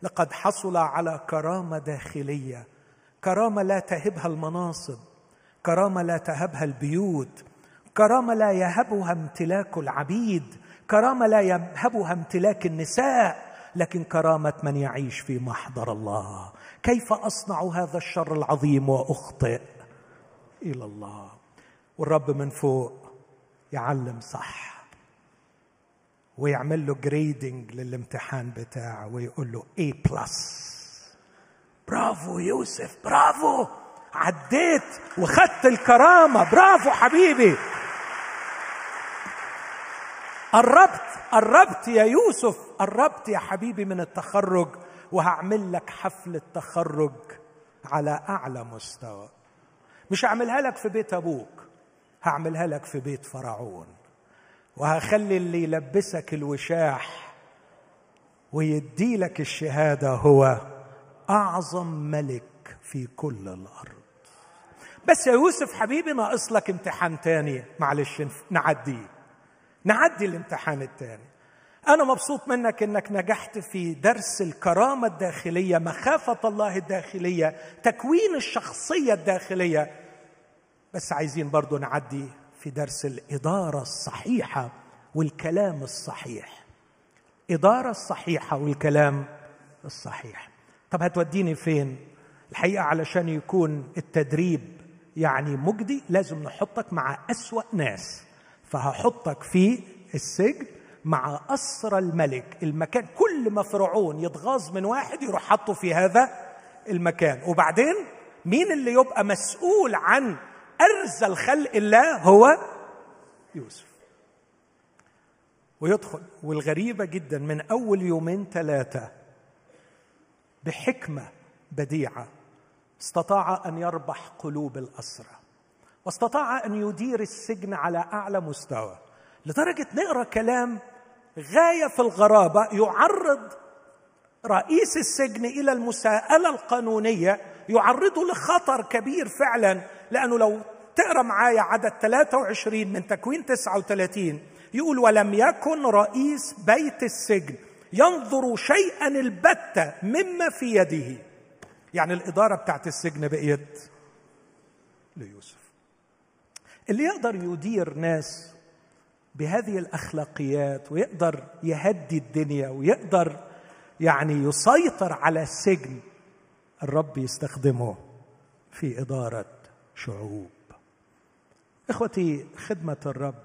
لقد حصل على كرامة داخلية، كرامة لا تهبها المناصب، كرامة لا تهبها البيوت، كرامة لا يهبها امتلاك العبيد، كرامة لا يهبها امتلاك النساء، لكن كرامة من يعيش في محضر الله. كيف أصنع هذا الشر العظيم وأخطئ إلى الله؟ والرب من فوق يعلم صح ويعمل له جريدنج للامتحان بتاعه ويقول له A بلس. برافو يوسف، برافو، عديت وخدت الكرامة، برافو حبيبي، قربت قربت يا يوسف، قربت يا حبيبي من التخرج، وهعمل لك حفلة تخرج على أعلى مستوى. مش هعملها لك في بيت أبوك، هعملها لك في بيت فرعون، وهخلي اللي يلبسك الوشاح ويدي لك الشهادة هو أعظم ملك في كل الأرض. بس يا يوسف حبيبي ناقص لك امتحان تاني، معلش نعديه، نعدي الامتحان التاني. أنا مبسوط منك إنك نجحت في درس الكرامة الداخلية، مخافة الله الداخلية، تكوين الشخصية الداخلية، بس عايزين برضو نعدي في درس الإدارة الصحيحة والكلام الصحيح. إدارة الصحيحة والكلام الصحيح. طب هتوديني فين؟ الحقيقة علشان يكون التدريب يعني مجدي لازم نحطك مع أسوأ ناس، فهحطك في السجن مع أسرى الملك، المكان كل ما فرعون يتغاظ من واحد يروح حطه في هذا المكان. وبعدين مين اللي يبقى مسؤول عن أرذل خلق الله؟ هو يوسف. ويدخل، والغريبة جدا من أول يومين ثلاثة بحكمة بديعة استطاع أن يربح قلوب الأسرى، واستطاع أن يدير السجن على أعلى مستوى، لدرجة نقرأ كلام غاية في الغرابة يعرض رئيس السجن إلى المساءلة القانونية، يعرضه لخطر كبير فعلا. لأنه لو تقرأ معايا عدد ثلاثة وعشرين من تكوين تسعة وثلاثين يقول: ولم يكن رئيس بيت السجن ينظر شيئا البتة مما في يده. يعني الإدارة بتاعت السجن بقيت ليوسف. اللي يقدر يدير ناس بهذه الأخلاقيات ويقدر يهدي الدنيا ويقدر يعني يسيطر على السجن، الرب يستخدمه في إدارة شعوب. إخوتي، خدمة الرب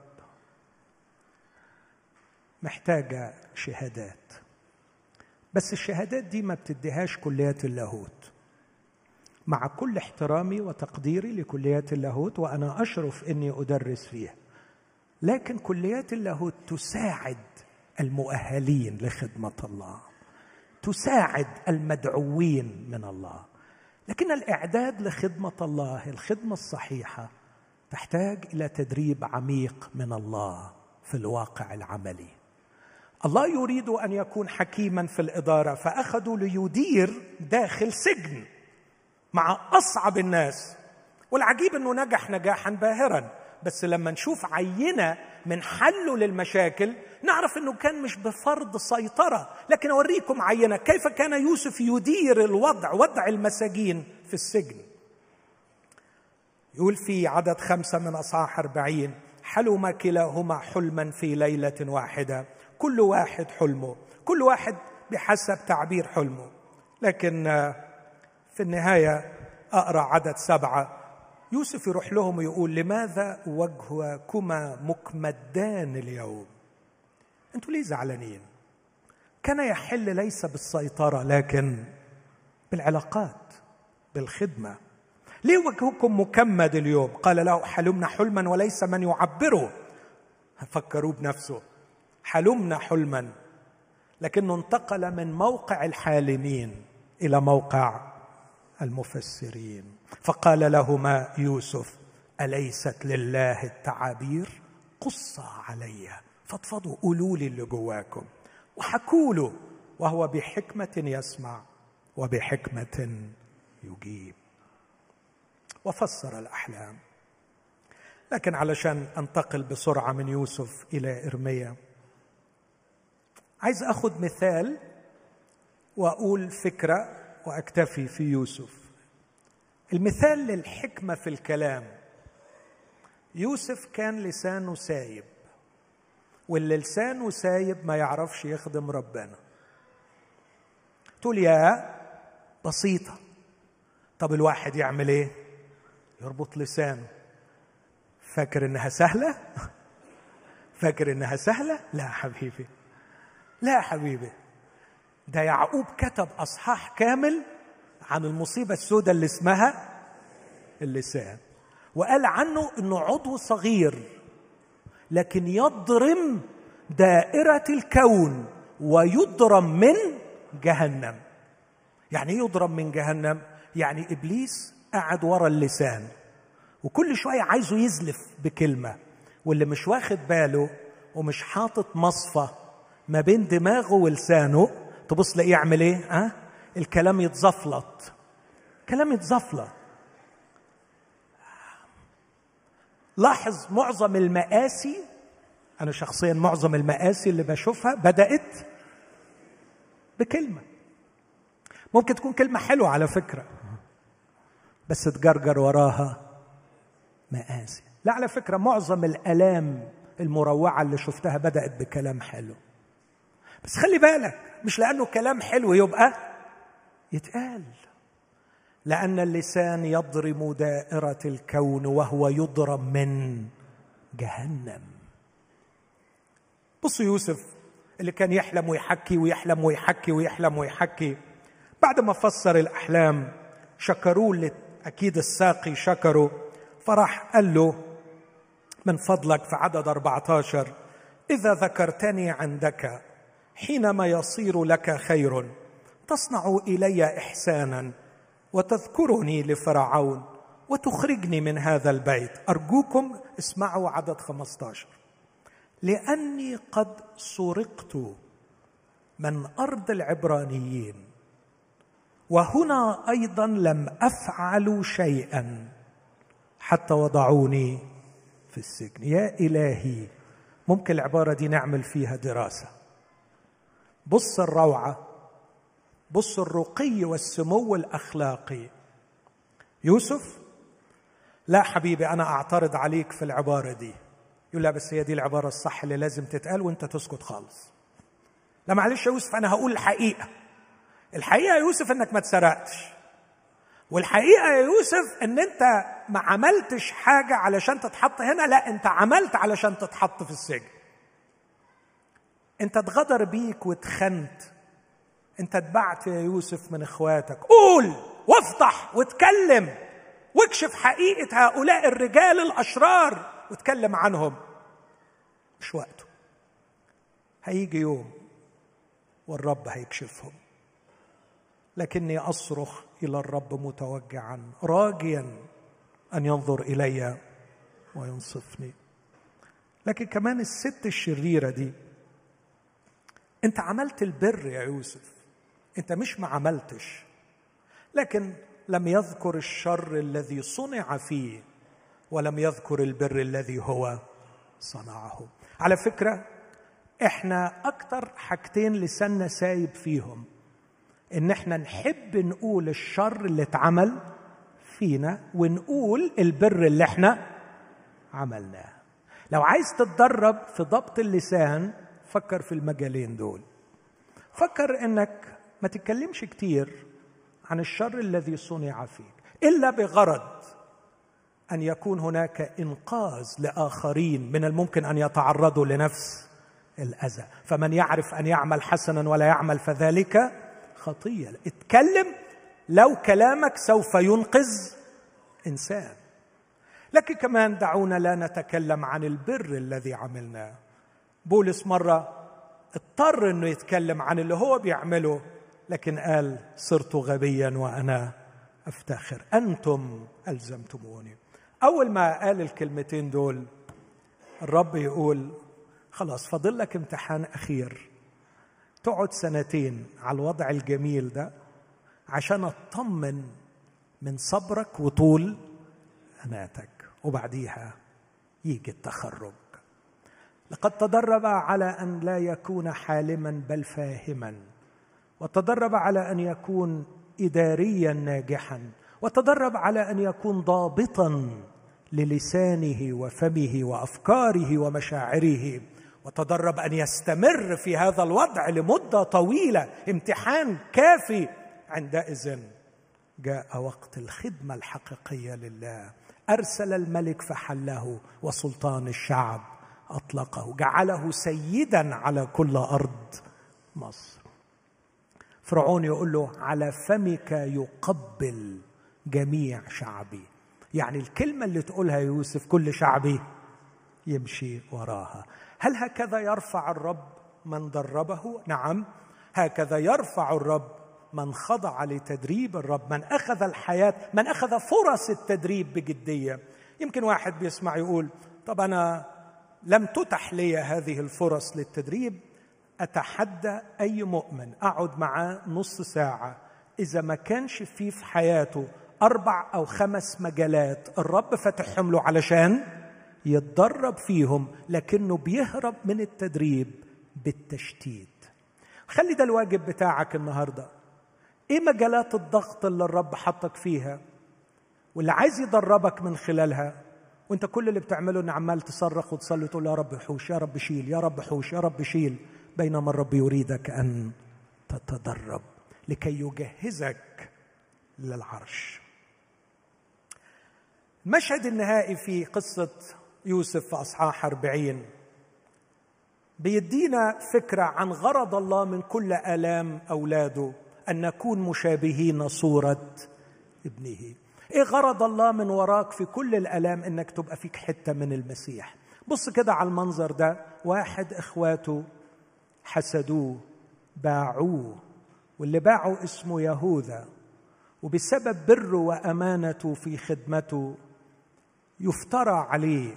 محتاجة شهادات، بس الشهادات دي ما بتديهاش كليات اللاهوت، مع كل احترامي وتقديري لكليات اللاهوت وأنا أشرف أني أدرس فيها، لكن كليات اللاهوت تساعد المؤهلين لخدمة الله، تساعد المدعوين من الله. لكن الإعداد لخدمة الله، الخدمة الصحيحة، تحتاج إلى تدريب عميق من الله في الواقع العملي. الله يريد أن يكون حكيما في الإدارة، فأخذوا ليدير داخل سجن مع أصعب الناس، والعجيب أنه نجح نجاحا باهرا. بس لما نشوف عينة من حله للمشاكل نعرف أنه كان مش بفرض سيطرة. لكن أوريكم عينة كيف كان يوسف يدير الوضع، وضع المساجين في السجن. يقول في عدد خمسة من أصحاح أربعين: حلم كلاهما حلما في ليلة واحدة، كل واحد حلمه، كل واحد بحسب تعبير حلمه. لكن في النهاية أقرأ عدد سبعة، يوسف يروح لهم ويقول: لماذا وجهكما مكمدان اليوم؟ أنتوا ليه زعلانين؟ كان يحل ليس بالسيطرة لكن بالعلاقات، بالخدمة. ليه وجهكم مكمد اليوم؟ قال له: حلمنا حلما وليس من يعبره. فكروا بنفسه، حلمنا حلما، لكنه انتقل من موقع الحالمين إلى موقع المفسرين. فقال لهما يوسف: أليست لله التعابير؟ قص علي، فضفضوا، قولوا لي اللي جواكم، وحكوا له، وهو بحكمة يسمع وبحكمة يجيب. وفسر الأحلام. لكن علشان أنتقل بسرعة من يوسف إلى إرميا، عايز أخذ مثال وأقول فكرة وأكتفي في يوسف. المثال للحكمة في الكلام، يوسف كان لسانه سايب، واللي لسانه سايب ما يعرفش يخدم ربنا. تقول يا بسيطة، طب الواحد يعمل ايه؟ يربط لسانه. فاكر انها سهلة؟ فاكر انها سهلة؟ لا حبيبي، لا حبيبي، ده يعقوب كتب اصحاح كامل عن المصيبة السوداء اللي اسمها اللسان، وقال عنه انه عضو صغير لكن يضرم دائرة الكون ويضرم من جهنم. يعني ايه يضرم من جهنم؟ يعني ابليس قاعد ورا اللسان وكل شوية عايزه يزلف بكلمة، واللي مش واخد باله ومش حاطط مصفى ما بين دماغه ولسانه تبص لاقيه يعمل ايه؟ ها؟ الكلام يتزفلط، كلام يتزفلط. لاحظ معظم المآسي، أنا شخصيا معظم المآسي اللي بشوفها بدأت بكلمة. ممكن تكون كلمة حلوة على فكرة بس تجرجر وراها مآسي. لا على فكرة معظم الآلام المروعة اللي شفتها بدأت بكلام حلو، بس خلي بالك مش لأنه كلام حلو يبقى يتقال، لأن اللسان يضرم دائرة الكون وهو يضرم من جهنم. بصوا يوسف اللي كان يحلم ويحكي ويحلم ويحكي ويحلم ويحكي، بعد ما فسر الأحلام شكروه، أكيد الساقي شكره، فراح قال له من فضلك في عدد أربعة عشر: إذا ذكرتني عندك حينما يصير لك خير تصنع إلي إحسانا وتذكرني لفرعون وتخرجني من هذا البيت. أرجوكم اسمعوا عدد خمسة عشر: لأني قد سرقت من أرض العبرانيين وهنا أيضا لم أفعل شيئا حتى وضعوني في السجن. يا إلهي، ممكن العبارة دي نعمل فيها دراسة. بص الروعة، بص الرقي والسمو الأخلاقي. يوسف: لا حبيبي أنا أعترض عليك في العبارة دي. يقول لا بس هي دي العبارة الصح اللي لازم تتقال وانت تسكت خالص. لا معلش يا يوسف أنا هقول الحقيقة. الحقيقة يا يوسف أنك ما تسرقتش، والحقيقة يا يوسف أن أنت ما عملتش حاجة علشان تتحط هنا، لا أنت عملت علشان تتحط في السجن. أنت اتغدر بيك واتخنت، أنت اتبعت يا يوسف من إخواتك. قول وافتح واتكلم واكشف حقيقة هؤلاء الرجال الأشرار واتكلم عنهم. مش وقته، هيجي يوم والرب هيكشفهم. لكني أصرخ إلى الرب متوجعا راجيا أن ينظر إلي وينصفني. لكن كمان الست الشريرة دي، أنت عملت البر يا يوسف، أنت مش ما عملتش، لكن لم يذكر الشر الذي صنع فيه ولم يذكر البر الذي هو صنعه. على فكرة احنا أكتر حاجتين لساننا سايب فيهم إن احنا نحب نقول الشر اللي اتعمل فينا ونقول البر اللي احنا عملناه. لو عايز تتدرب في ضبط اللسان فكر في المجالين دول. فكر انك ما تتكلمش كتير عن الشر الذي صنع فيك إلا بغرض أن يكون هناك إنقاذ لآخرين من الممكن أن يتعرضوا لنفس الأذى. فمن يعرف أن يعمل حسنا ولا يعمل فذلك خطية. اتكلم لو كلامك سوف ينقذ إنسان. لكن كمان دعونا لا نتكلم عن البر الذي عملناه. بولس مرة اضطر أنه يتكلم عن اللي هو بيعمله، لكن قال صرت غبيا وأنا أفتخر، أنتم ألزمتموني. أول ما قال الكلمتين دول الرب يقول خلاص فاضل لك امتحان أخير، تقعد سنتين على الوضع الجميل ده عشان أطمن من صبرك وطول أناتك، وبعديها يجي التخرج. لقد تدرب على أن لا يكون حالما بل فاهما، وتدرب على أن يكون إداريا ناجحا، وتدرب على أن يكون ضابطا للسانه وفمه وأفكاره ومشاعره، وتدرب أن يستمر في هذا الوضع لمدة طويلة، امتحان كافي. عندئذ جاء وقت الخدمة الحقيقية لله. أرسل الملك فحله، وسلطان الشعب أطلقه، جعله سيدا على كل أرض مصر. فرعون يقول له: على فمك يقبل جميع شعبي. يعني الكلمة اللي تقولها يوسف كل شعبي يمشي وراها. هل هكذا يرفع الرب من دربه؟ نعم، هكذا يرفع الرب من خضع لتدريب الرب، من أخذ الحياة، من أخذ فرص التدريب بجدية. يمكن واحد بيسمع يقول: طب أنا لم تتح لي هذه الفرص للتدريب. أتحدى أي مؤمن أقعد معاه نص ساعة، إذا ما كانش فيه في حياته أربع أو خمس مجالات الرب فتحهم له علشان يتدرب فيهم، لكنه بيهرب من التدريب بالتشتيت. خلي ده الواجب بتاعك النهاردة. إيه مجالات الضغط اللي الرب حطك فيها واللي عايز يدربك من خلالها، وانت كل اللي بتعمله ان عمال تصرخ وتصلي تقول: يا رب حوش، يا رب شيل، يا رب حوش، يا رب شيل، بينما الرب يريدك أن تتدرب لكي يجهزك للعرش. المشهد النهائي في قصة يوسف في أصحاح أربعين بيدينا فكرة عن غرض الله من كل آلام أولاده، أن نكون مشابهين صورة ابنه. إيه غرض الله من وراك في كل الآلام؟ إنك تبقى فيك حتة من المسيح. بص كده على المنظر ده، واحد إخواته حسدوه، باعوه، واللي باعوا اسمه يهوذا، وبسبب بره وأمانته في خدمته يفترى عليه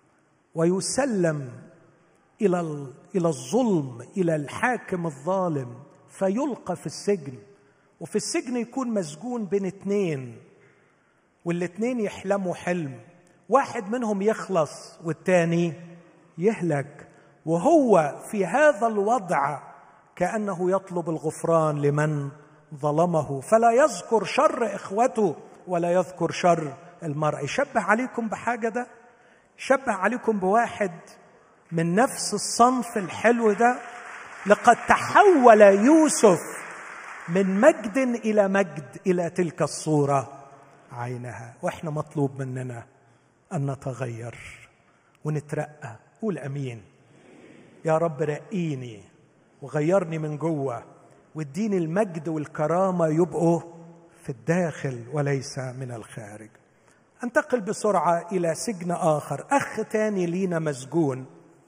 ويسلم إلى إلى الظلم، إلى الحاكم الظالم، فيلقى في السجن. وفي السجن يكون مسجون بين اتنين، والاتنين يحلموا حلم، واحد منهم يخلص والتاني يهلك، وهو في هذا الوضع كأنه يطلب الغفران لمن ظلمه، فلا يذكر شر إخوته ولا يذكر شر المرء. يشبه عليكم بحاجة ده؟ يشبه عليكم بواحد من نفس الصنف الحلو ده. لقد تحول يوسف من مجد إلى مجد إلى تلك الصورة عينها. وإحنا مطلوب مننا أن نتغير ونترقى. قول أمين. يا رب رقيني وغيرني من جوه، واديني المجد والكرامة يبقوا في الداخل وليس من الخارج. انتقل بسرعة إلى سجن آخر، أخ تاني لينا مسجون،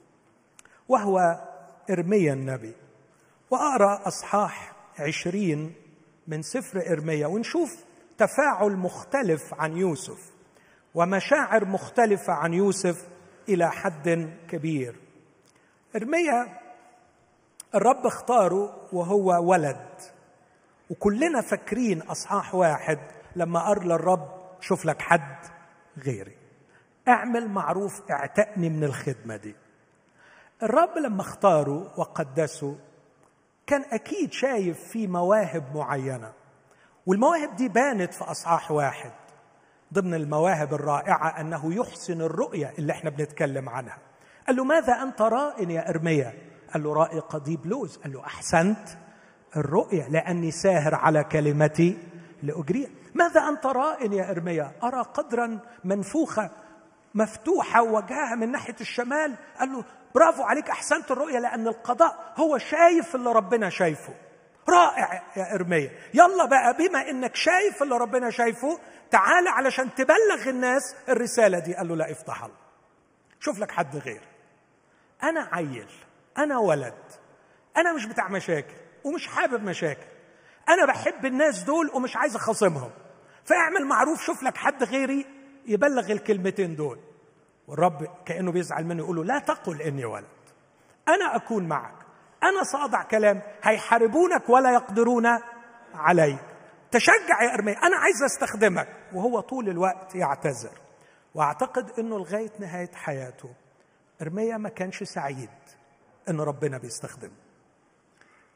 وهو إرميا النبي. وأقرأ أصحاح عشرين من سفر إرميا ونشوف تفاعل مختلف عن يوسف ومشاعر مختلفة عن يوسف إلى حد كبير. إرميا الرب اختاره وهو ولد، وكلنا فاكرين أصحاح واحد لما قال للرب: شوف لك حد غيري، اعمل معروف، اعتقني من الخدمة دي. الرب لما اختاره وقدسه كان أكيد شايف فيه مواهب معينة، والمواهب دي بانت في أصحاح واحد. ضمن المواهب الرائعة أنه يحسن الرؤية اللي احنا بنتكلم عنها. قال له: ماذا أنت رائن يا إرميا؟ قال له: رائي قضيب لوز. قال له: أحسنت الرؤية، لأني ساهر على كلمتي لأجريها. ماذا أنت رائن يا إرميا؟ أرى قدرا منفوخة مفتوحة وجهها من ناحية الشمال. قال له: برافو عليك، أحسنت الرؤية، لأن القضاء هو شايف اللي ربنا شايفه. رائع يا إرميا. يلا بقى، بما إنك شايف اللي ربنا شايفه، تعال علشان تبلغ الناس الرسالة دي. قال له: لا، افتح الله، شوف لك حد غير. أنا عيل، أنا ولد، أنا مش بتاع مشاكل ومش حابب مشاكل، أنا بحب الناس دول ومش عايز أخاصمهم، فاعمل معروف، شوف لك حد غيري يبلغ الكلمتين دول. والرب كأنه بيزعل منه يقول له: لا تقل إني ولد، أنا أكون معك، أنا صادع كلام، هيحاربونك ولا يقدرون عليك. تشجع يا إرميا، أنا عايز أستخدمك. وهو طول الوقت يعتذر. وأعتقد أنه لغاية نهاية حياته إرميا ما كانش سعيد أن ربنا بيستخدمه.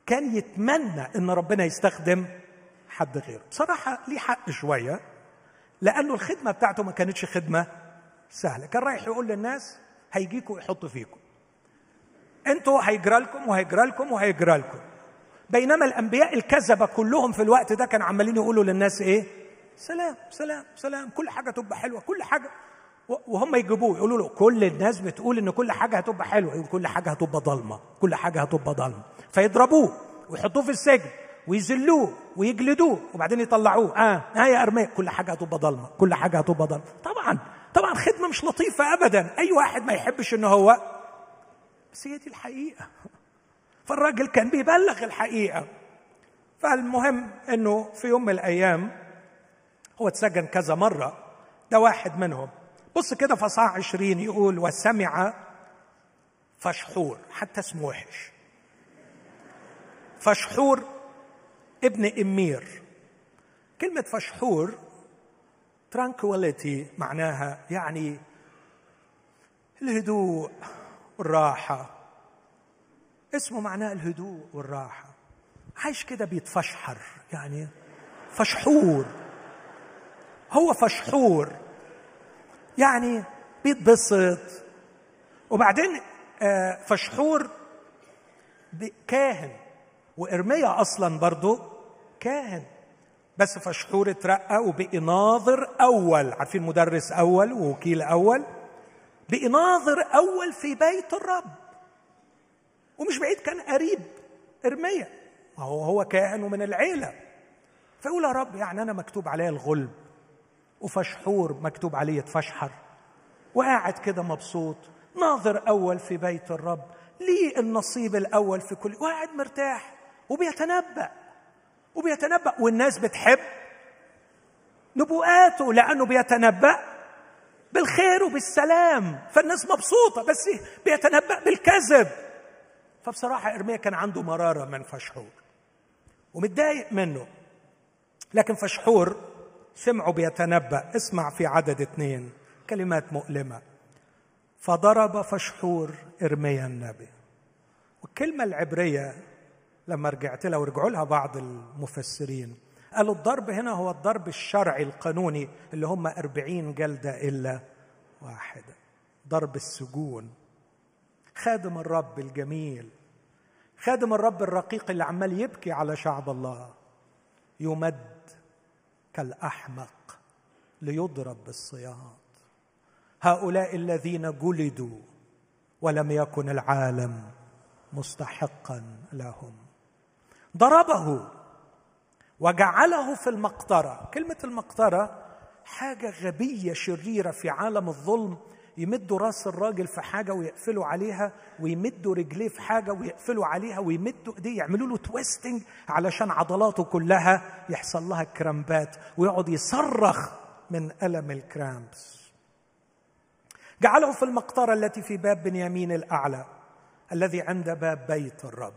كان يتمنى ان ربنا يستخدم حد غيره. بصراحه ليه حق شويه، لانه الخدمه بتاعته ما كانتش خدمه سهله. كان رايح يقول للناس هيجيكوا يحطوا فيكم، انتوا هيجرى لكم وهيجرى لكم وهيجرى لكم. بينما الانبياء الكذبه كلهم في الوقت ده كانوا عمالين يقولوا للناس ايه؟ سلام سلام سلام، كل حاجه تبقى حلوه، كل حاجه. وهم يجيبوه يقولوا له كل الناس بتقول ان كل حاجه هتبقى حلوه، يقول كل حاجه هتبقى ضلمه، كل حاجه هتبقى ضلمه. فيضربوه ويحطوه في السجن ويذلوه ويجلدوه وبعدين يطلعوه. اه اه يا ارميا كل حاجه هتبقى ضلمه، كل حاجه هتبقى ضلمه. طبعا طبعا خدمه مش لطيفه ابدا، اي واحد ما يحبش ان هو، بس هي دي الحقيقه. فالراجل كان بيبلغ الحقيقه. فالمهم انه في يوم من الايام هو اتسجن كذا مره، ده واحد منهم. بص كده في اصحاح عشرين يقول وسمع فشحور، حتى اسمه وحش، فشحور ابن إمير. كلمة فشحور tranquility معناها يعني الهدوء والراحة، اسمه معناه الهدوء والراحة. عايش كده بيتفشحر، يعني فشحور. هو فشحور يعني بيتبسط. وبعدين فشحور كاهن، وإرميا أصلا برضو كاهن، بس فشحور اترقى وبقي ناظر أول. عارفين مدرس أول ووكيل أول؟ بقي ناظر أول في بيت الرب. ومش بعيد كان قريب إرميا، هو هو كاهن ومن العيلة. فيقول يا رب يعني أنا مكتوب عليه الغلب وفشحور مكتوب عليه يتفشحر، وقاعد كده مبسوط ناظر أول في بيت الرب، ليه النصيب الأول في كل، وقاعد مرتاح وبيتنبأ وبيتنبأ والناس بتحب نبوءاته لأنه بيتنبأ بالخير وبالسلام، فالناس مبسوطة، بس بيتنبأ بالكذب. فبصراحة إرميا كان عنده مرارة من فشحور ومتضايق منه. لكن فشحور سمعه بيتنبأ. اسمع في عدد اثنين كلمات مؤلمة: فضرب فشحور إرميا النبي. والكلمة العبرية لما رجعت لها ورجعوا لها بعض المفسرين قالوا الضرب هنا هو الضرب الشرعي القانوني اللي هم أربعين جلدة إلا واحدة، ضرب السجون. خادم الرب الجميل، خادم الرب الرقيق اللي عمال يبكي على شعب الله، يمد كالأحمق ليضرب بالصياط. هؤلاء الذين جلدوا ولم يكن العالم مستحقا لهم. ضربه وجعله في المقطرة. كلمة المقطرة حاجة غبية شريرة في عالم الظلم، يمدوا راس الراجل في حاجة ويقفلوا عليها، ويمدوا رجليه في حاجة ويقفلوا عليها، ويمدوا ايديه يعملوا له تويستنج علشان عضلاته كلها يحصل لها كرامبات ويقعد يصرخ من ألم الكرامبس. جعله في المقطرة التي في باب بنيامين الأعلى الذي عند باب بيت الرب.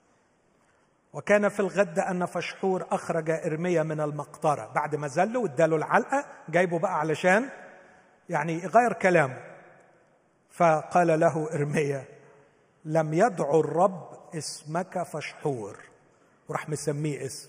وكان في الغد أن فشحور أخرج إرميا من المقطرة بعد ما زله واداله العلقة، جايبه بقى علشان يعني يغير كلامه. فقال له إرميا: لم يدعو الرب اسمك فشحور، وراح مسميه اسم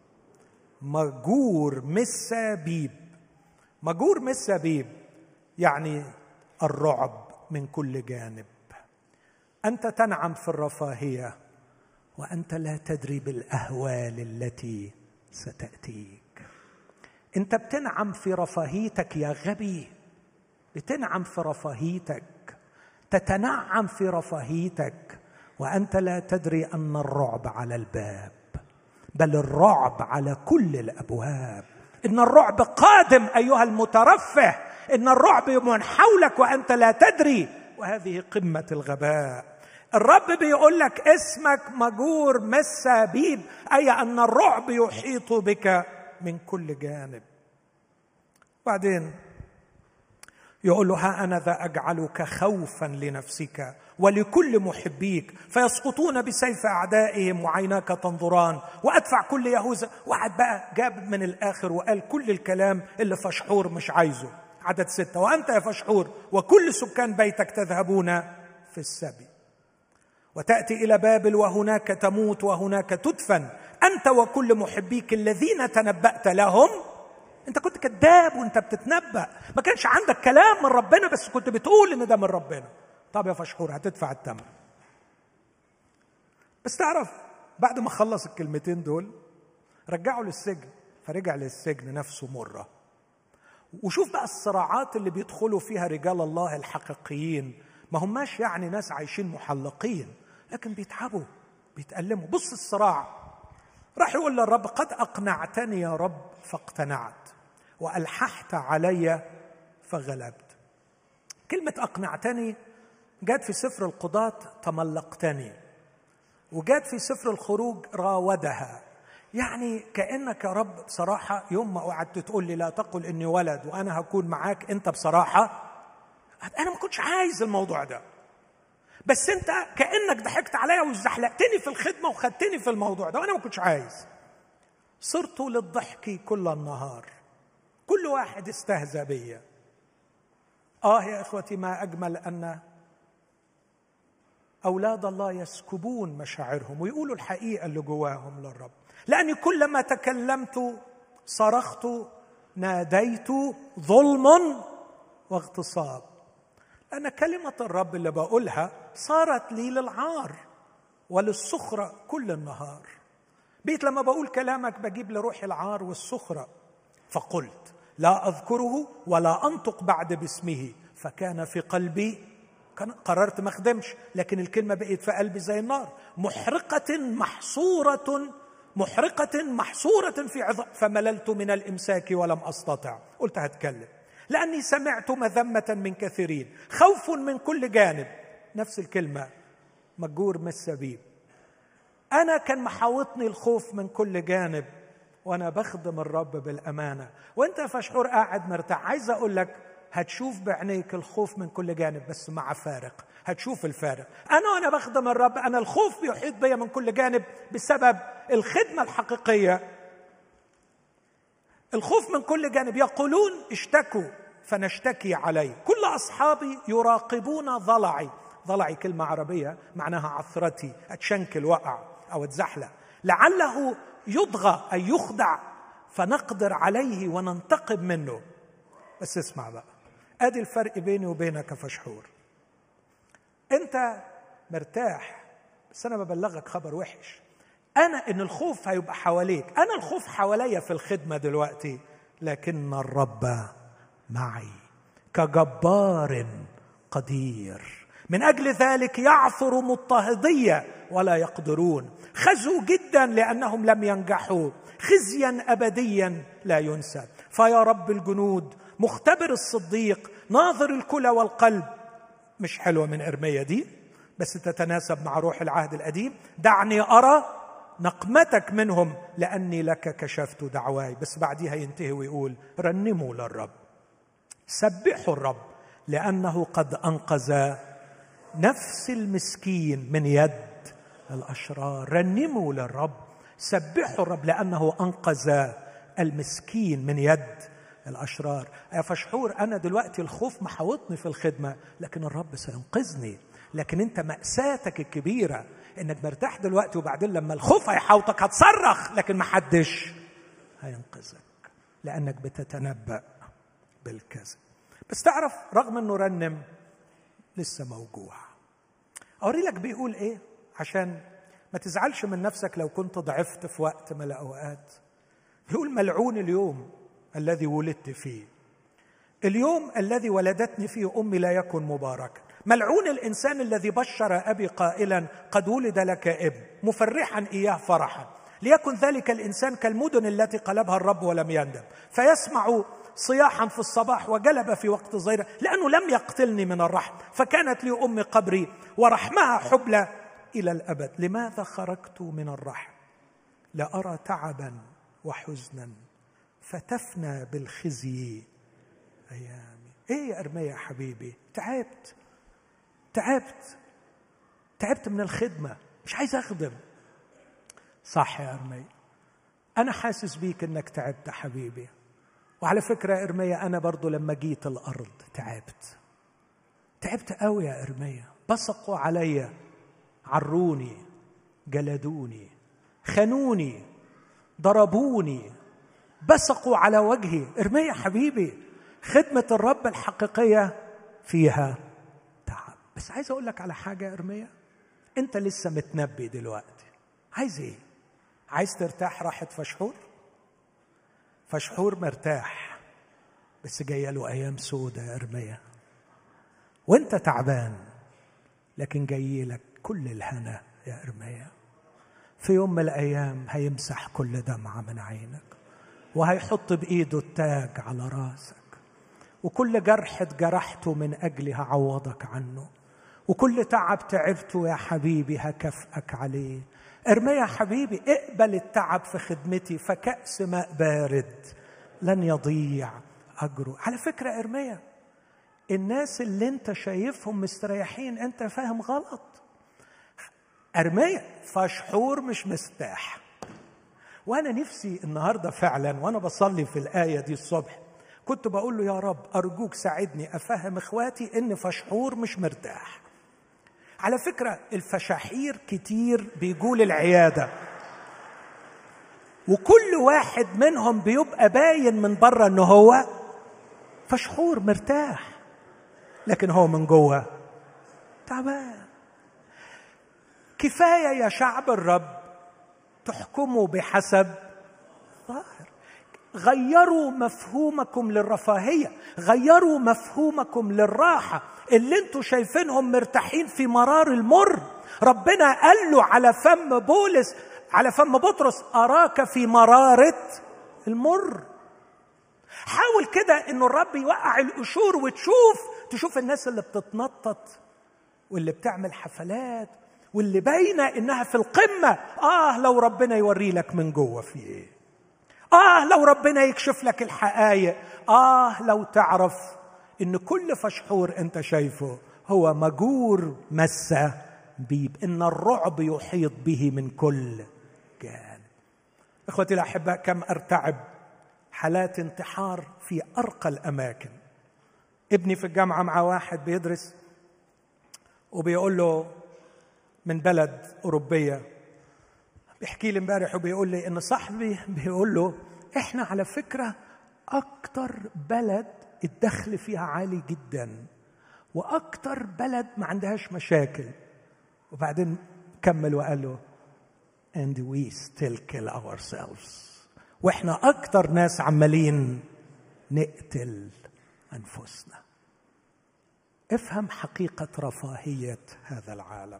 مجور مسابيب. مجور مسابيب يعني الرعب من كل جانب. أنت تنعم في الرفاهية وأنت لا تدري بالأهوال التي ستأتيك. أنت بتنعم في رفاهيتك يا غبي، بتنعم في رفاهيتك، تتنعم في رفاهيتك وأنت لا تدري أن الرعب على الباب، بل الرعب على كل الأبواب. إن الرعب قادم أيها المترفه، إن الرعب من حولك وأنت لا تدري، وهذه قمة الغباء. الرب بيقول لك اسمك مجور مسابيب، أي أن الرعب يحيط بك من كل جانب. بعدين يقول له: ها أنا ذا أجعلك خوفا لنفسك ولكل محبيك فيسقطون بسيف أعدائهم وعيناك تنظران وأدفع كل يهوذا. وقعد بقى جاب من الآخر وقال كل الكلام اللي فشحور مش عايزه. عدد ستة: وأنت يا فشحور وكل سكان بيتك تذهبون في السبي. وتأتي إلى بابل وهناك تموت وهناك تدفن أنت وكل محبيك الذين تنبأت لهم. أنت كنت كذاب وأنت بتتنبأ، ما كانش عندك كلام من ربنا بس كنت بتقول إن ده من ربنا. طب يا فشحور هتدفع الثمن. بس تعرف بعد ما خلص الكلمتين دول رجعوا للسجن، فرجع للسجن نفسه مرة. وشوف بقى الصراعات اللي بيدخلوا فيها رجال الله الحقيقيين، ما هماش يعني ناس عايشين محلقين، لكن بيتعبوا بيتألموا. بص الصراع، راح يقول للرب قد أقنعتني يا رب فاقتنعت وألححت علي فغلبت. كلمة أقنعتني جات في سفر القضاة تملقتني، وجات في سفر الخروج راودها. يعني كأنك يا رب بصراحة يوم ما قعدت تقول لي لا تقل إني ولد وأنا هكون معاك، أنت بصراحة أنا ما كنتش عايز الموضوع ده، بس أنت كأنك ضحكت عليا وزحلقتني في الخدمة وخدتني في الموضوع ده وأنا ما كنتش عايز. صرت للضحك كل النهار، كل واحد استهزأ بيا. آه يا إخوتي ما أجمل أن أولاد الله يسكبون مشاعرهم ويقولوا الحقيقة اللي جواهم للرب. لأني كلما تكلمت صرخت ناديت ظلم واغتصاب. لأن كلمة الرب اللي بقولها صارت لي للعار وللسخرة كل النهار. بيت لما بقول كلامك بجيب لروحي العار والسخرة. فقلت لا أذكره ولا أنطق بعد باسمه، فكان في قلبي، قررت ما أخدمش، لكن الكلمة بقيت في قلبي زي النار محرقة محصورة محرقة محصورة في عظام، فمللت من الإمساك ولم أستطع. قلت هتكلم لأني سمعت مذمة من كثيرين، خوف من كل جانب. نفس الكلمة مجور من السبيب. أنا كان محاوطني الخوف من كل جانب وأنا بخدم الرب بالأمانة. وأنت يا فشحور قاعد مرتاح. عايز أقول لك هتشوف بعينيك الخوف من كل جانب بس مع فارق. هتشوف الفارق. أنا وأنا بخدم الرب أنا الخوف بيحيط بي من كل جانب بسبب الخدمة الحقيقية. الخوف من كل جانب. يقولون اشتكوا فنشتكي عليه، كل أصحابي يراقبون ضلعي. ضلعي كلمة عربية معناها عثرتي، أتشنكل وقع أو اتزحلق. لعله يضغى أي يخدع فنقدر عليه وننتقم منه. بس اسمع بقى، ادي الفرق بيني وبينك فشحور. انت مرتاح بس انا ببلغك خبر وحش. انا ان الخوف هيبقى حواليك، انا الخوف حواليا في الخدمة دلوقتي، لكن الرب معي كجبار قدير. من اجل ذلك يعثر مضطهدية ولا يقدرون، خزوا جدا لانهم لم ينجحوا، خزيا ابديا لا ينسى. فيا رب الجنود مختبر الصديق ناظر الكلى والقلب. مش حلوة من إرميا دي بس تتناسب مع روح العهد القديم. دعني أرى نقمتك منهم لأني لك كشفت دعواي. بس بعديها ينتهي ويقول رنموا للرب، سبحوا الرب لأنه قد أنقذ نفس المسكين من يد الأشرار. رنموا للرب، سبحوا الرب لأنه أنقذ المسكين من يد الأشرار. يا فشحور أنا دلوقتي الخوف محاوطني في الخدمة لكن الرب سينقذني. لكن أنت مأساتك الكبيرة إنك مرتاح دلوقتي وبعدين لما الخوف هيحاوطك هتصرخ لكن محدش هينقذك لأنك بتتنبأ بالكذب. بس تعرف رغم أنه رنم لسه موجوع. أوري لك بيقول إيه عشان ما تزعلش من نفسك لو كنت ضعفت في وقت من الأوقات. بيقول ملعون اليوم الذي ولدت فيه، اليوم الذي ولدتني فيه أمي لا يكن مباركا. ملعون الإنسان الذي بشر أبي قائلا قد ولد لك ابن مفرحا إياه فرحا. ليكن ذلك الإنسان كالمدن التي قلبها الرب ولم يندم، فيسمع صياحا في الصباح وجلب في وقت الظهيرة، لأنه لم يقتلني من الرحم، فكانت لي أمي قبري ورحمها حبلى إلى الأبد. لماذا خرجت من الرحم لأرى تعبا وحزنا فتفنى بالخزي أيامي. إيه يا أرميا حبيبي، تعبت تعبت تعبت من الخدمة، مش عايز أخدم. صح يا أرميا، أنا حاسس بيك إنك تعبت حبيبي. وعلى فكرة يا أرميا أنا برضو لما جيت الأرض تعبت تعبت قوي يا أرميا. بصقوا عليا عروني، جلدوني، خانوني، ضربوني، بصقوا على وجهي. ارميا حبيبي، خدمة الرب الحقيقية فيها تعب. بس عايز اقول لك على حاجة يا ارميا، انت لسه متنبي دلوقتي. عايز ايه؟ عايز ترتاح راحة فشحور؟ فشحور مرتاح، بس جايه له ايام سودة يا ارميا، وانت تعبان، لكن جاي لك كل الهنا يا ارميا. في يوم من الايام هيمسح كل دمعة من عينك، وهيحط بايده التاج على راسك، وكل جرح اتجرحته من اجلي هعوضك عنه، وكل تعب تعبته يا حبيبي هكافئك عليه. ارميا حبيبي، اقبل التعب في خدمتي، فكأس ماء بارد لن يضيع أجره. على فكرة ارميا، الناس اللي انت شايفهم مستريحين انت فاهم غلط. ارميا، فشحور مش مستاح. وانا نفسي النهارده فعلا وانا بصلي في الآية دي الصبح كنت بقول له يا رب أرجوك ساعدني أفهم إخواتي إن فشحور مش مرتاح. على فكرة الفشاحير كتير بيجول العيادة، وكل واحد منهم بيبقى باين من بره إنه هو فشحور مرتاح، لكن هو من جوه تعبان. كفاية يا شعب الرب تحكموا بحسب ظاهر. غيروا مفهومكم للرفاهية، غيروا مفهومكم للراحة. اللي انتوا شايفينهم مرتاحين في مرار المر، ربنا قال له على فم بولس، على فم بطرس، أراك في مرارة المر. حاول كده انه الرب يوقع القشور وتشوف تشوف الناس اللي بتتنطط واللي بتعمل حفلات واللي باينة انها في القمة. اه لو ربنا يوري لك من جوه في ايه، آه لو ربنا يكشف لك الحقائق، آه لو تعرف إن كل فشحور أنت شايفه هو مجور مسة بيب، إن الرعب يحيط به من كل جانب. إخوتي الأحباء، كم أرتعب حالات انتحار في أرقى الأماكن. ابني في الجامعة مع واحد بيدرس وبيقول له من بلد أوروبية، بيحكي لي امبارح وبيقول لي ان صاحبي بيقول له احنا على فكرة اكتر بلد الدخل فيها عالي جدا، واكتر بلد ما عندهاش مشاكل. وبعدين كمل وقال له and we still kill ourselves، واحنا اكتر ناس عمالين نقتل انفسنا. افهم حقيقة رفاهية هذا العالم.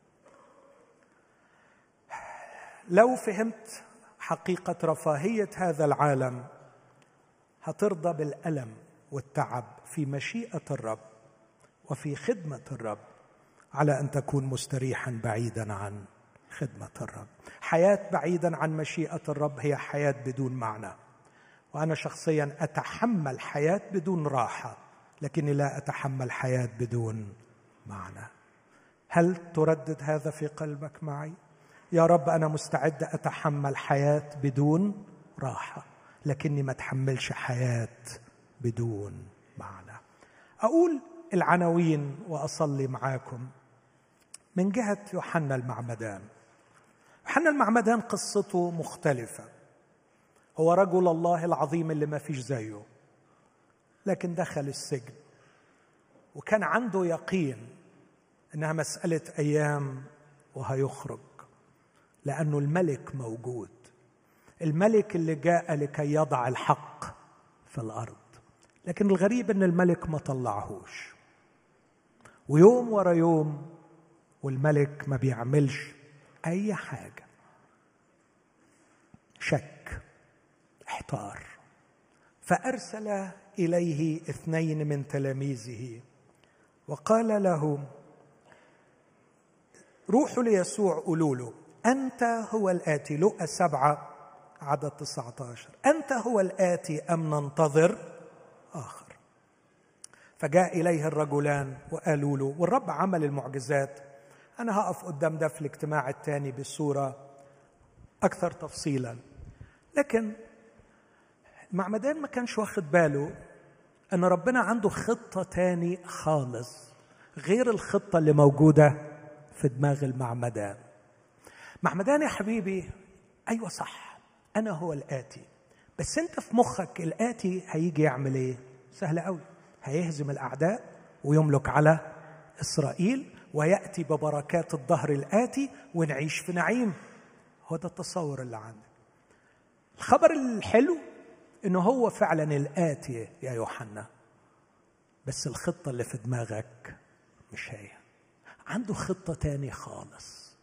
لو فهمت حقيقة رفاهية هذا العالم هترضى بالألم والتعب في مشيئة الرب وفي خدمة الرب، على أن تكون مستريحا بعيدا عن خدمة الرب. حياة بعيدا عن مشيئة الرب هي حياة بدون معنى، وأنا شخصيا أتحمل حياة بدون راحة، لكني لا أتحمل حياة بدون معنى. هل تردد هذا في قلبك معي؟ يا رب أنا مستعد أتحمل حياة بدون راحة، لكني ما أتحملش حياة بدون معنى. أقول العناوين وأصلي معاكم. من جهة يوحنا المعمدان، يوحنا المعمدان قصته مختلفة. هو رجل الله العظيم اللي ما فيش زيه، لكن دخل السجن وكان عنده يقين إنها مسألة أيام وهيخرج، لأنه الملك موجود، الملك اللي جاء لكي يضع الحق في الأرض. لكن الغريب أن الملك ما طلعهوش، ويوم ورا يوم والملك ما بيعملش أي حاجة. شك، احتار، فأرسل إليه اثنين من تلاميذه وقال له روحوا ليسوع قولوا له أنت هو الآتي. لقى سبعة عدد تسعة عشر، أنت هو الآتي أم ننتظر آخر؟ فجاء إليه الرجلان وقالوا له، والرب عمل المعجزات. أنا هقف قدام ده في الاجتماع الثاني بصورة أكثر تفصيلا. لكن المعمدان ما كانش واخد باله أن ربنا عنده خطة تاني خالص غير الخطة اللي موجودة في دماغ المعمدان. معمدان يا حبيبي، أيوة صح، أنا هو الآتي، بس أنت في مخك الآتي هيجي يعمل إيه؟ سهل قوي، هيهزم الأعداء ويملك على إسرائيل ويأتي ببركات الظهر الآتي ونعيش في نعيم. هو ده التصور اللي عندك. الخبر الحلو إنه هو فعلا الآتي يا يوحنا، بس الخطة اللي في دماغك مش هي. عنده خطة تاني خالص،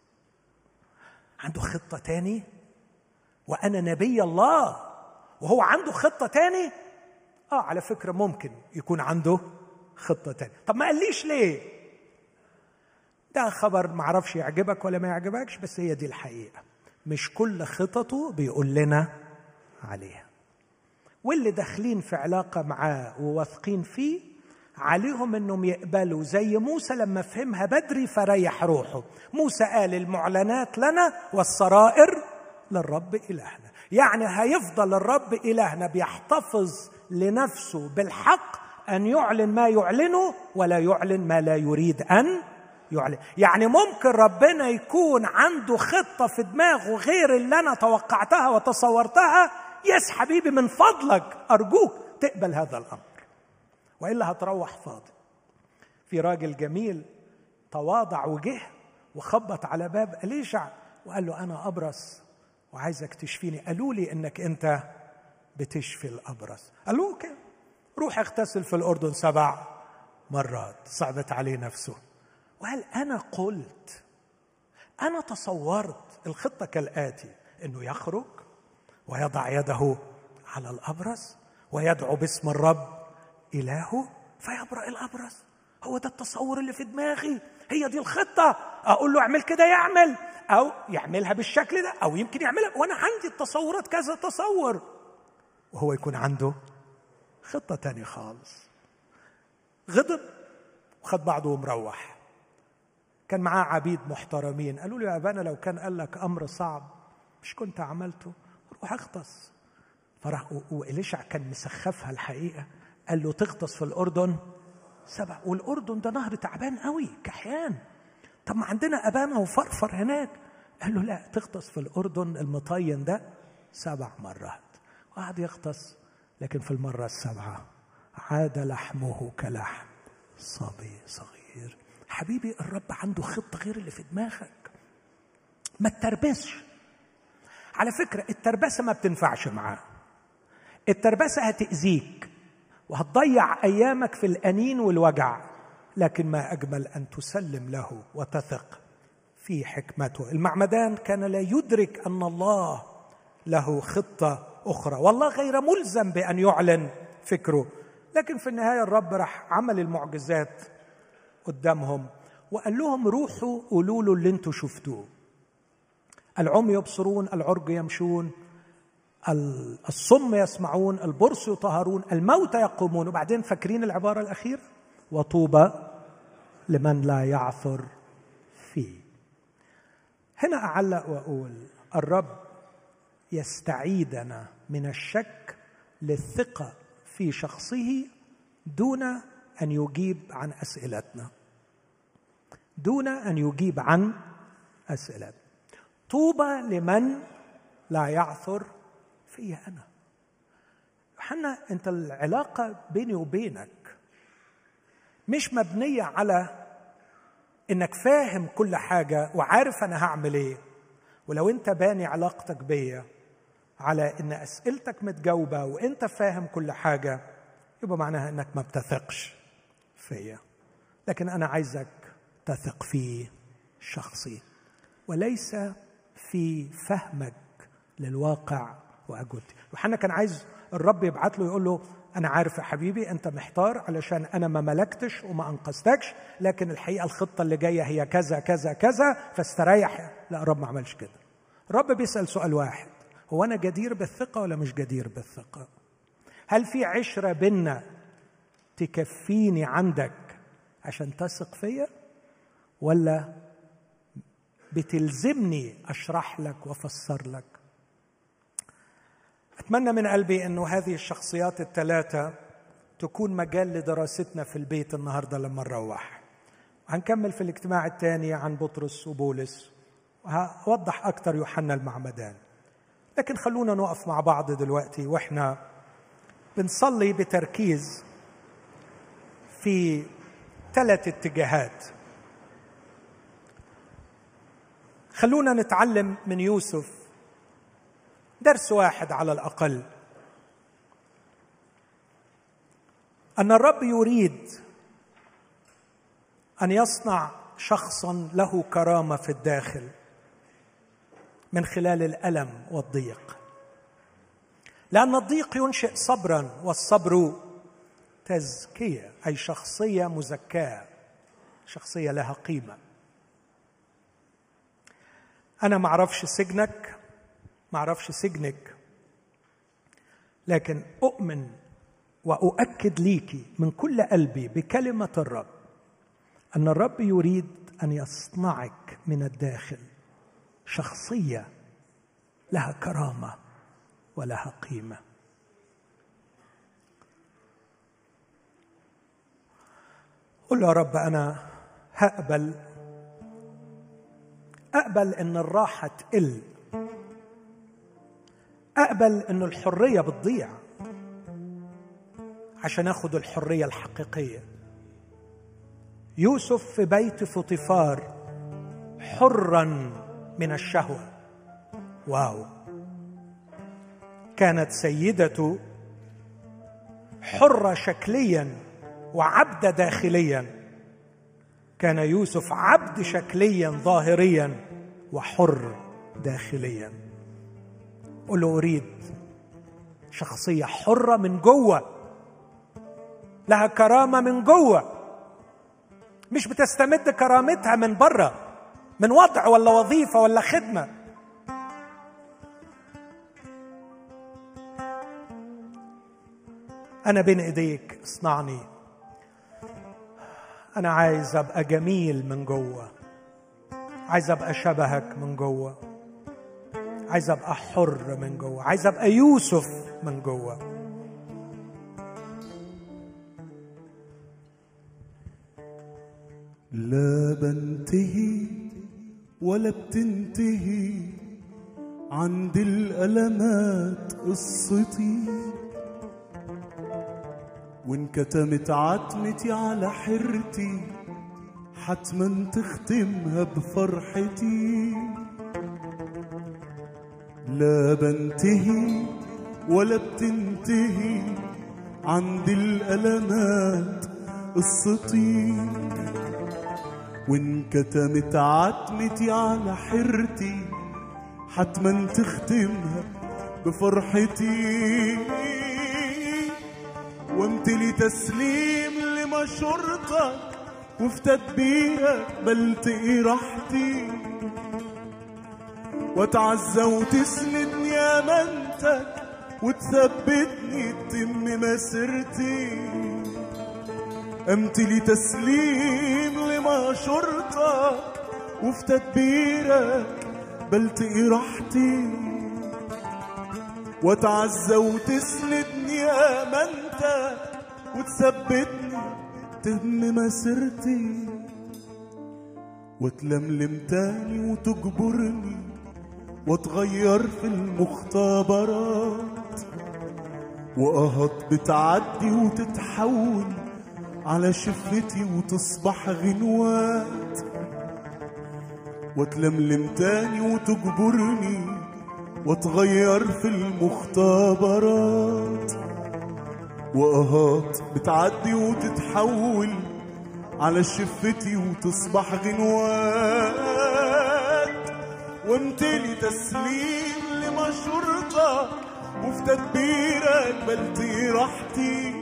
عنده خطة تاني. وأنا نبي الله وهو عنده خطة تاني. آه على فكرة ممكن يكون عنده خطة تاني. طب ما قاليش ليه؟ ده خبر معرفش يعجبك ولا ما يعجبكش، بس هي دي الحقيقة. مش كل خططه بيقول لنا عليها، واللي داخلين في علاقة معاه وواثقين فيه عليهم انهم يقبلوا، زي موسى لما فهمها بدري فريح روحه. موسى قال المعلنات لنا والسرائر للرب إلهنا، يعني هيفضل الرب إلهنا بيحتفظ لنفسه بالحق أن يعلن ما يعلنه ولا يعلن ما لا يريد أن يعلن. يعني ممكن ربنا يكون عنده خطة في دماغه غير اللي أنا توقعتها وتصورتها. يس حبيبي، من فضلك أرجوك تقبل هذا الأمر، وإلا هتروح فاضي. في راجل جميل تواضع وجه وخبط على باب أليشع وقال له أنا أبرص وعايزك تشفيني. قالوا لي إنك أنت بتشفي الأبرص. قال له أوكي، روح اغتسل في الأردن سبع مرات. صعبت عليه نفسه وقال أنا قلت، أنا تصورت الخطة كالآتي، إنه يخرج ويضع يده على الأبرص ويدعو باسم الرب إلهه فيبرأ الأبرص. هو ده التصور اللي في دماغي، هي دي الخطة. أقول له اعمل كده يعمل، أو يعملها بالشكل ده، أو يمكن يعملها وأنا عندي التصورات كذا تصور، وهو يكون عنده خطة تانية خالص. غضب وخد بعضه ومروح. كان معاه عبيد محترمين قالوا له يا أبانا لو كان قال لك أمر صعب مش كنت عملته، روح اغطس. فراح وإليشع كان مسخفها الحقيقة، قال له تغطس في الأردن سبع، والأردن ده نهر تعبان قوي كحيان. طب ما عندنا أبانا وفرفر هناك. قال له لا، تغطس في الأردن المطين ده سبع مرات. وقعد يغطس، لكن في المرة السبعة عاد لحمه كلحم صبي صغير. حبيبي الرب عنده خطة غير اللي في دماغك. ما تتربسش. على فكرة التربسة ما بتنفعش معاه. التربسة هتأذيك وهتضيع أيامك في الأنين والوجع، لكن ما أجمل أن تسلم له وتثق في حكمته. المعمدان كان لا يدرك أن الله له خطة أخرى، والله غير ملزم بأن يعلن فكره. لكن في النهاية الرب راح عمل المعجزات قدامهم وقال لهم روحوا قولوا له اللي انتوا شفتوه. العمي يبصرون، العرج يمشون، الصم يسمعون، البرص يطهرون، الموتى يقومون. وبعدين فاكرين العبارة الأخيرة؟ وطوبى لمن لا يعثر فيه. هنا أعلق وأقول الرب يستعيدنا من الشك للثقة في شخصه دون أن يجيب عن أسئلتنا، دون أن يجيب عن أسئلتنا. طوبى لمن لا يعثر في أنا. يوحنا أنت العلاقة بيني وبينك مش مبنية على إنك فاهم كل حاجة وعارف أنا هعمل إيه. ولو أنت باني علاقتك بيا على إن أسئلتك متجاوبة وأنت فاهم كل حاجة، يبقى معناها إنك ما بتثقش فيا. لكن أنا عايزك تثق في شخصي وليس في فهمك للواقع وأجوبتي. يوحنا كان عايز الرب يبعت له يقول له أنا عارف يا حبيبي أنت محتار علشان أنا ما ملكتش وما أنقذتكش، لكن الحقيقة الخطة اللي جاية هي كذا كذا كذا فاستريح. لا، الرب ما عملش كده. الرب بيسأل سؤال واحد: هو أنا جدير بالثقة ولا مش جدير بالثقة؟ هل في عشرة بينا تكفيني عندك عشان تثق فيا، ولا بتلزمني أشرح لك وأفسر لك؟ أتمنى من قلبي أنه هذه الشخصيات الثلاثة تكون مجال لدراستنا في البيت النهاردة لما نروح. هنكمل في الاجتماع الثاني عن بطرس وبولس، وهوضح أكتر يوحنا المعمدان. لكن خلونا نقف مع بعض دلوقتي وإحنا بنصلي بتركيز في ثلاث اتجاهات. خلونا نتعلم من يوسف درس واحد على الأقل، أن الرب يريد أن يصنع شخصاً له كرامة في الداخل من خلال الألم والضيق، لأن الضيق ينشئ صبراً، والصبر تزكية، أي شخصية مزكاة، شخصية لها قيمة. أنا معرفش سجنك، معرفش سجنك، لكن أؤمن وأؤكد ليكي من كل قلبي بكلمة الرب أن الرب يريد أن يصنعك من الداخل شخصية لها كرامة ولها قيمة. قل يا رب أنا هقبل أقبل أن الراحة تقل، أقبل أن الحرية بتضيع عشان أخذ الحرية الحقيقية. يوسف في بيت فطيفار حرا من الشهوة، واو، كانت سيدته حرة شكليا وعبد داخليا، كان يوسف عبد شكليا ظاهريا وحر داخليا. قل أريد شخصية حرة من جوه، لها كرامة من جوه، مش بتستمد كرامتها من بره، من وضع ولا وظيفة ولا خدمة. أنا بين إيديك، اصنعني. أنا عايز أبقى جميل من جوه، عايز أبقى شبهك من جوه، عايز أبقى حر من جوه، عايز أبقى يوسف من جوه. لا بنتهي ولا بتنتهي عند الألمات قصتي، وانكتمت عتمتي على حيرتي حتما تختمها بفرحتي. لا بنتهي ولا بتنتهي عند الألمات قصتي، وانكتمت عتمتي على حيرتي حتما تختمها بفرحتي. وامتلي تسليم لمشورتك، وفي تدبيرك بلتقي راحتي، وتعزى وتسندني امانتك، وتثبتني تتم مسيرتي. امتلي تسليم لمشورتك، وفي تدبيرك بلتقي راحتي، وتعزى وتسندني امانتك، وتثبتني تتم مسيرتي. وتلملم تاني وتجبرني، وتغير في المختبرات، وقهط بتعدي وتتحول على شفتي وتصبح غنوات. وتلملم تاني وتجبرني، وتغير في المختبرات، وقهات بتعدي وتتحول على شفتي وتصبح غنوات. وامتلي تسليم لمشورتك، وفي تدبيرك بلتقي راحتي،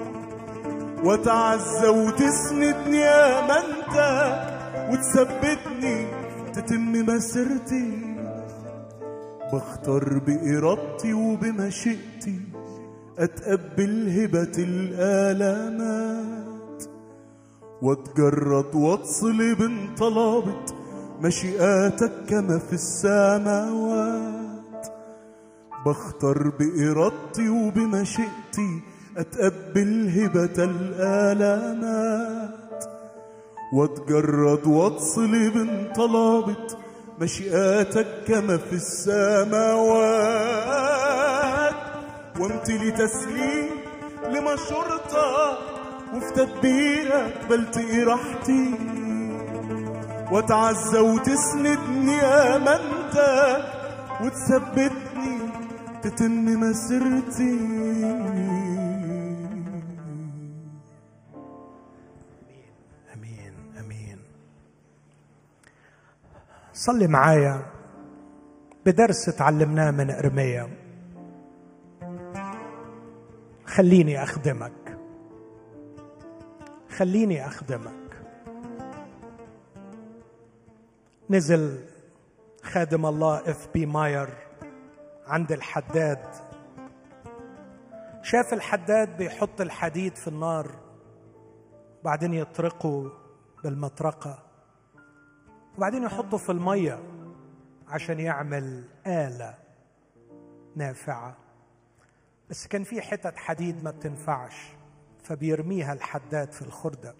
وتعزى وتسندني امانتك، وتثبتني تتم مسيرتي. بختار بإرادتي وبمشيئتي أتقبل هبة الآلامات، واتجرد واتصلب انطلبت مشيئاتك كما في السماوات. بختار بإرادتي وبمشيئتي أتقبل هبة الآلامات، واتجرد واتصلب انطلبت مشيئاتك كما في السماوات، وامتلي تسليم لمشورتك وفي تدبيرك بلتقي راحتي، واتعزى وتسندني امانتك وتثبتني تتم مسيرتي. امين امين. صلي معايا بدرس تعلمناه من ارميا. خليني اخدمك، خليني اخدمك. نزل خادم الله اف بي ماير عند الحداد، شاف الحداد بيحط الحديد في النار بعدين يطرقه بالمطرقة وبعدين يحطه في المية عشان يعمل آلة نافعة، بس كان في حتت حديد ما بتنفعش فبيرميها الحداد في الخردة.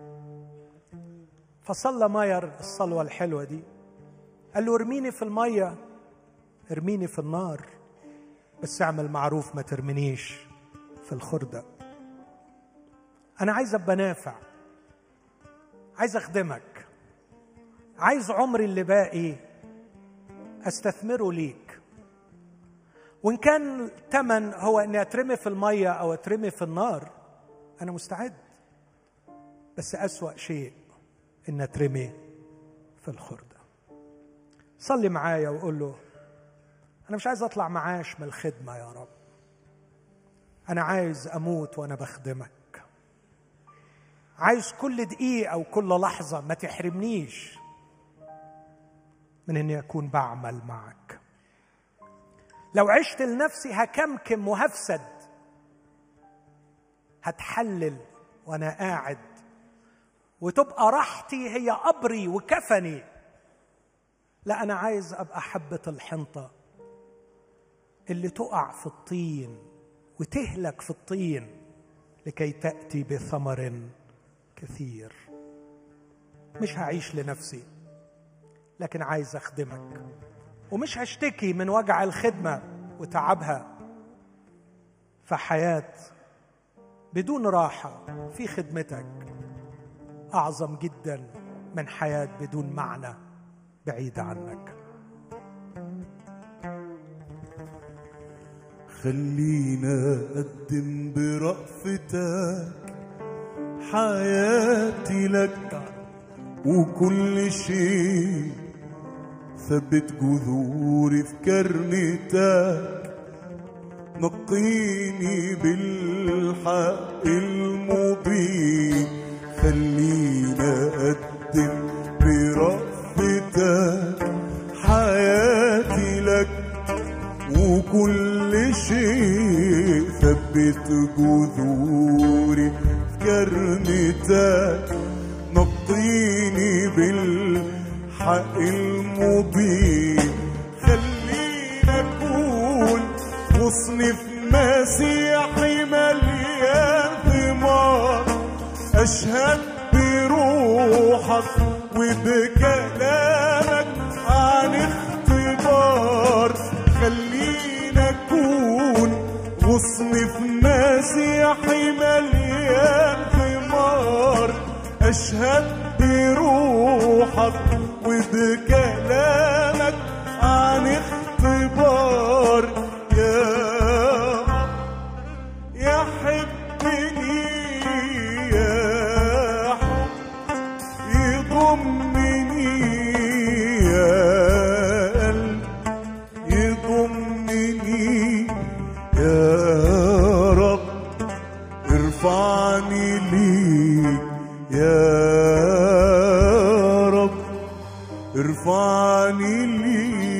فصلى ماير الصلوة الحلوة دي، قال له ارميني في المية، ارميني في النار، بس اعمل معروف ما ترمينيش في الخردة. أنا عايز أبقى نافع، عايز أخدمك، عايز عمري اللي باقي أستثمره ليك، وإن كان الثمن هو أني أترمي في المية أو أترمي في النار أنا مستعد، بس أسوأ شيء إن أترمي في الخردة. صلي معايا وقول له أنا مش عايز أطلع معاش من الخدمة يا رب، أنا عايز أموت وأنا بخدمك، عايز كل دقيقة وكل لحظة ما تحرمنيش من أني أكون بعمل معك. لو عشت لنفسي هكمكم وهفسد، هتحلل وأنا قاعد، وتبقى راحتي هي قبري وكفني. لا، أنا عايز أبقى حبة الحنطة اللي تقع في الطين وتهلك في الطين لكي تأتي بثمر كثير. مش هعيش لنفسي لكن عايز أخدمك، ومش هشتكي من وجع الخدمة وتعبها. فحياة بدون راحة في خدمتك أعظم جدا من حياة بدون معنى بعيدة عنك. خلينا أقدم برأفتك حياتي لك، وكل شيء ثبت جذوري في كرنتك، نقيني بالحق المبين. خلينا أقدم برأفتك حياتي لك، وكل شيء ثبت جذوري في كرنتك، نقيني بالحق المبين. خلينا أكون غصن في مسيحي مليان ثمار، أشهد بروحك وبكلامك عن اختبار. خلينا أكون غصن في مسيحي مليان ثمار، أشهد بروحك وبكلامك عن اختبار. يا يا حبني يا حب يضمني، يا قلب يضمني، يا رب ارفعني ليك، يا رب ارفعني ليك.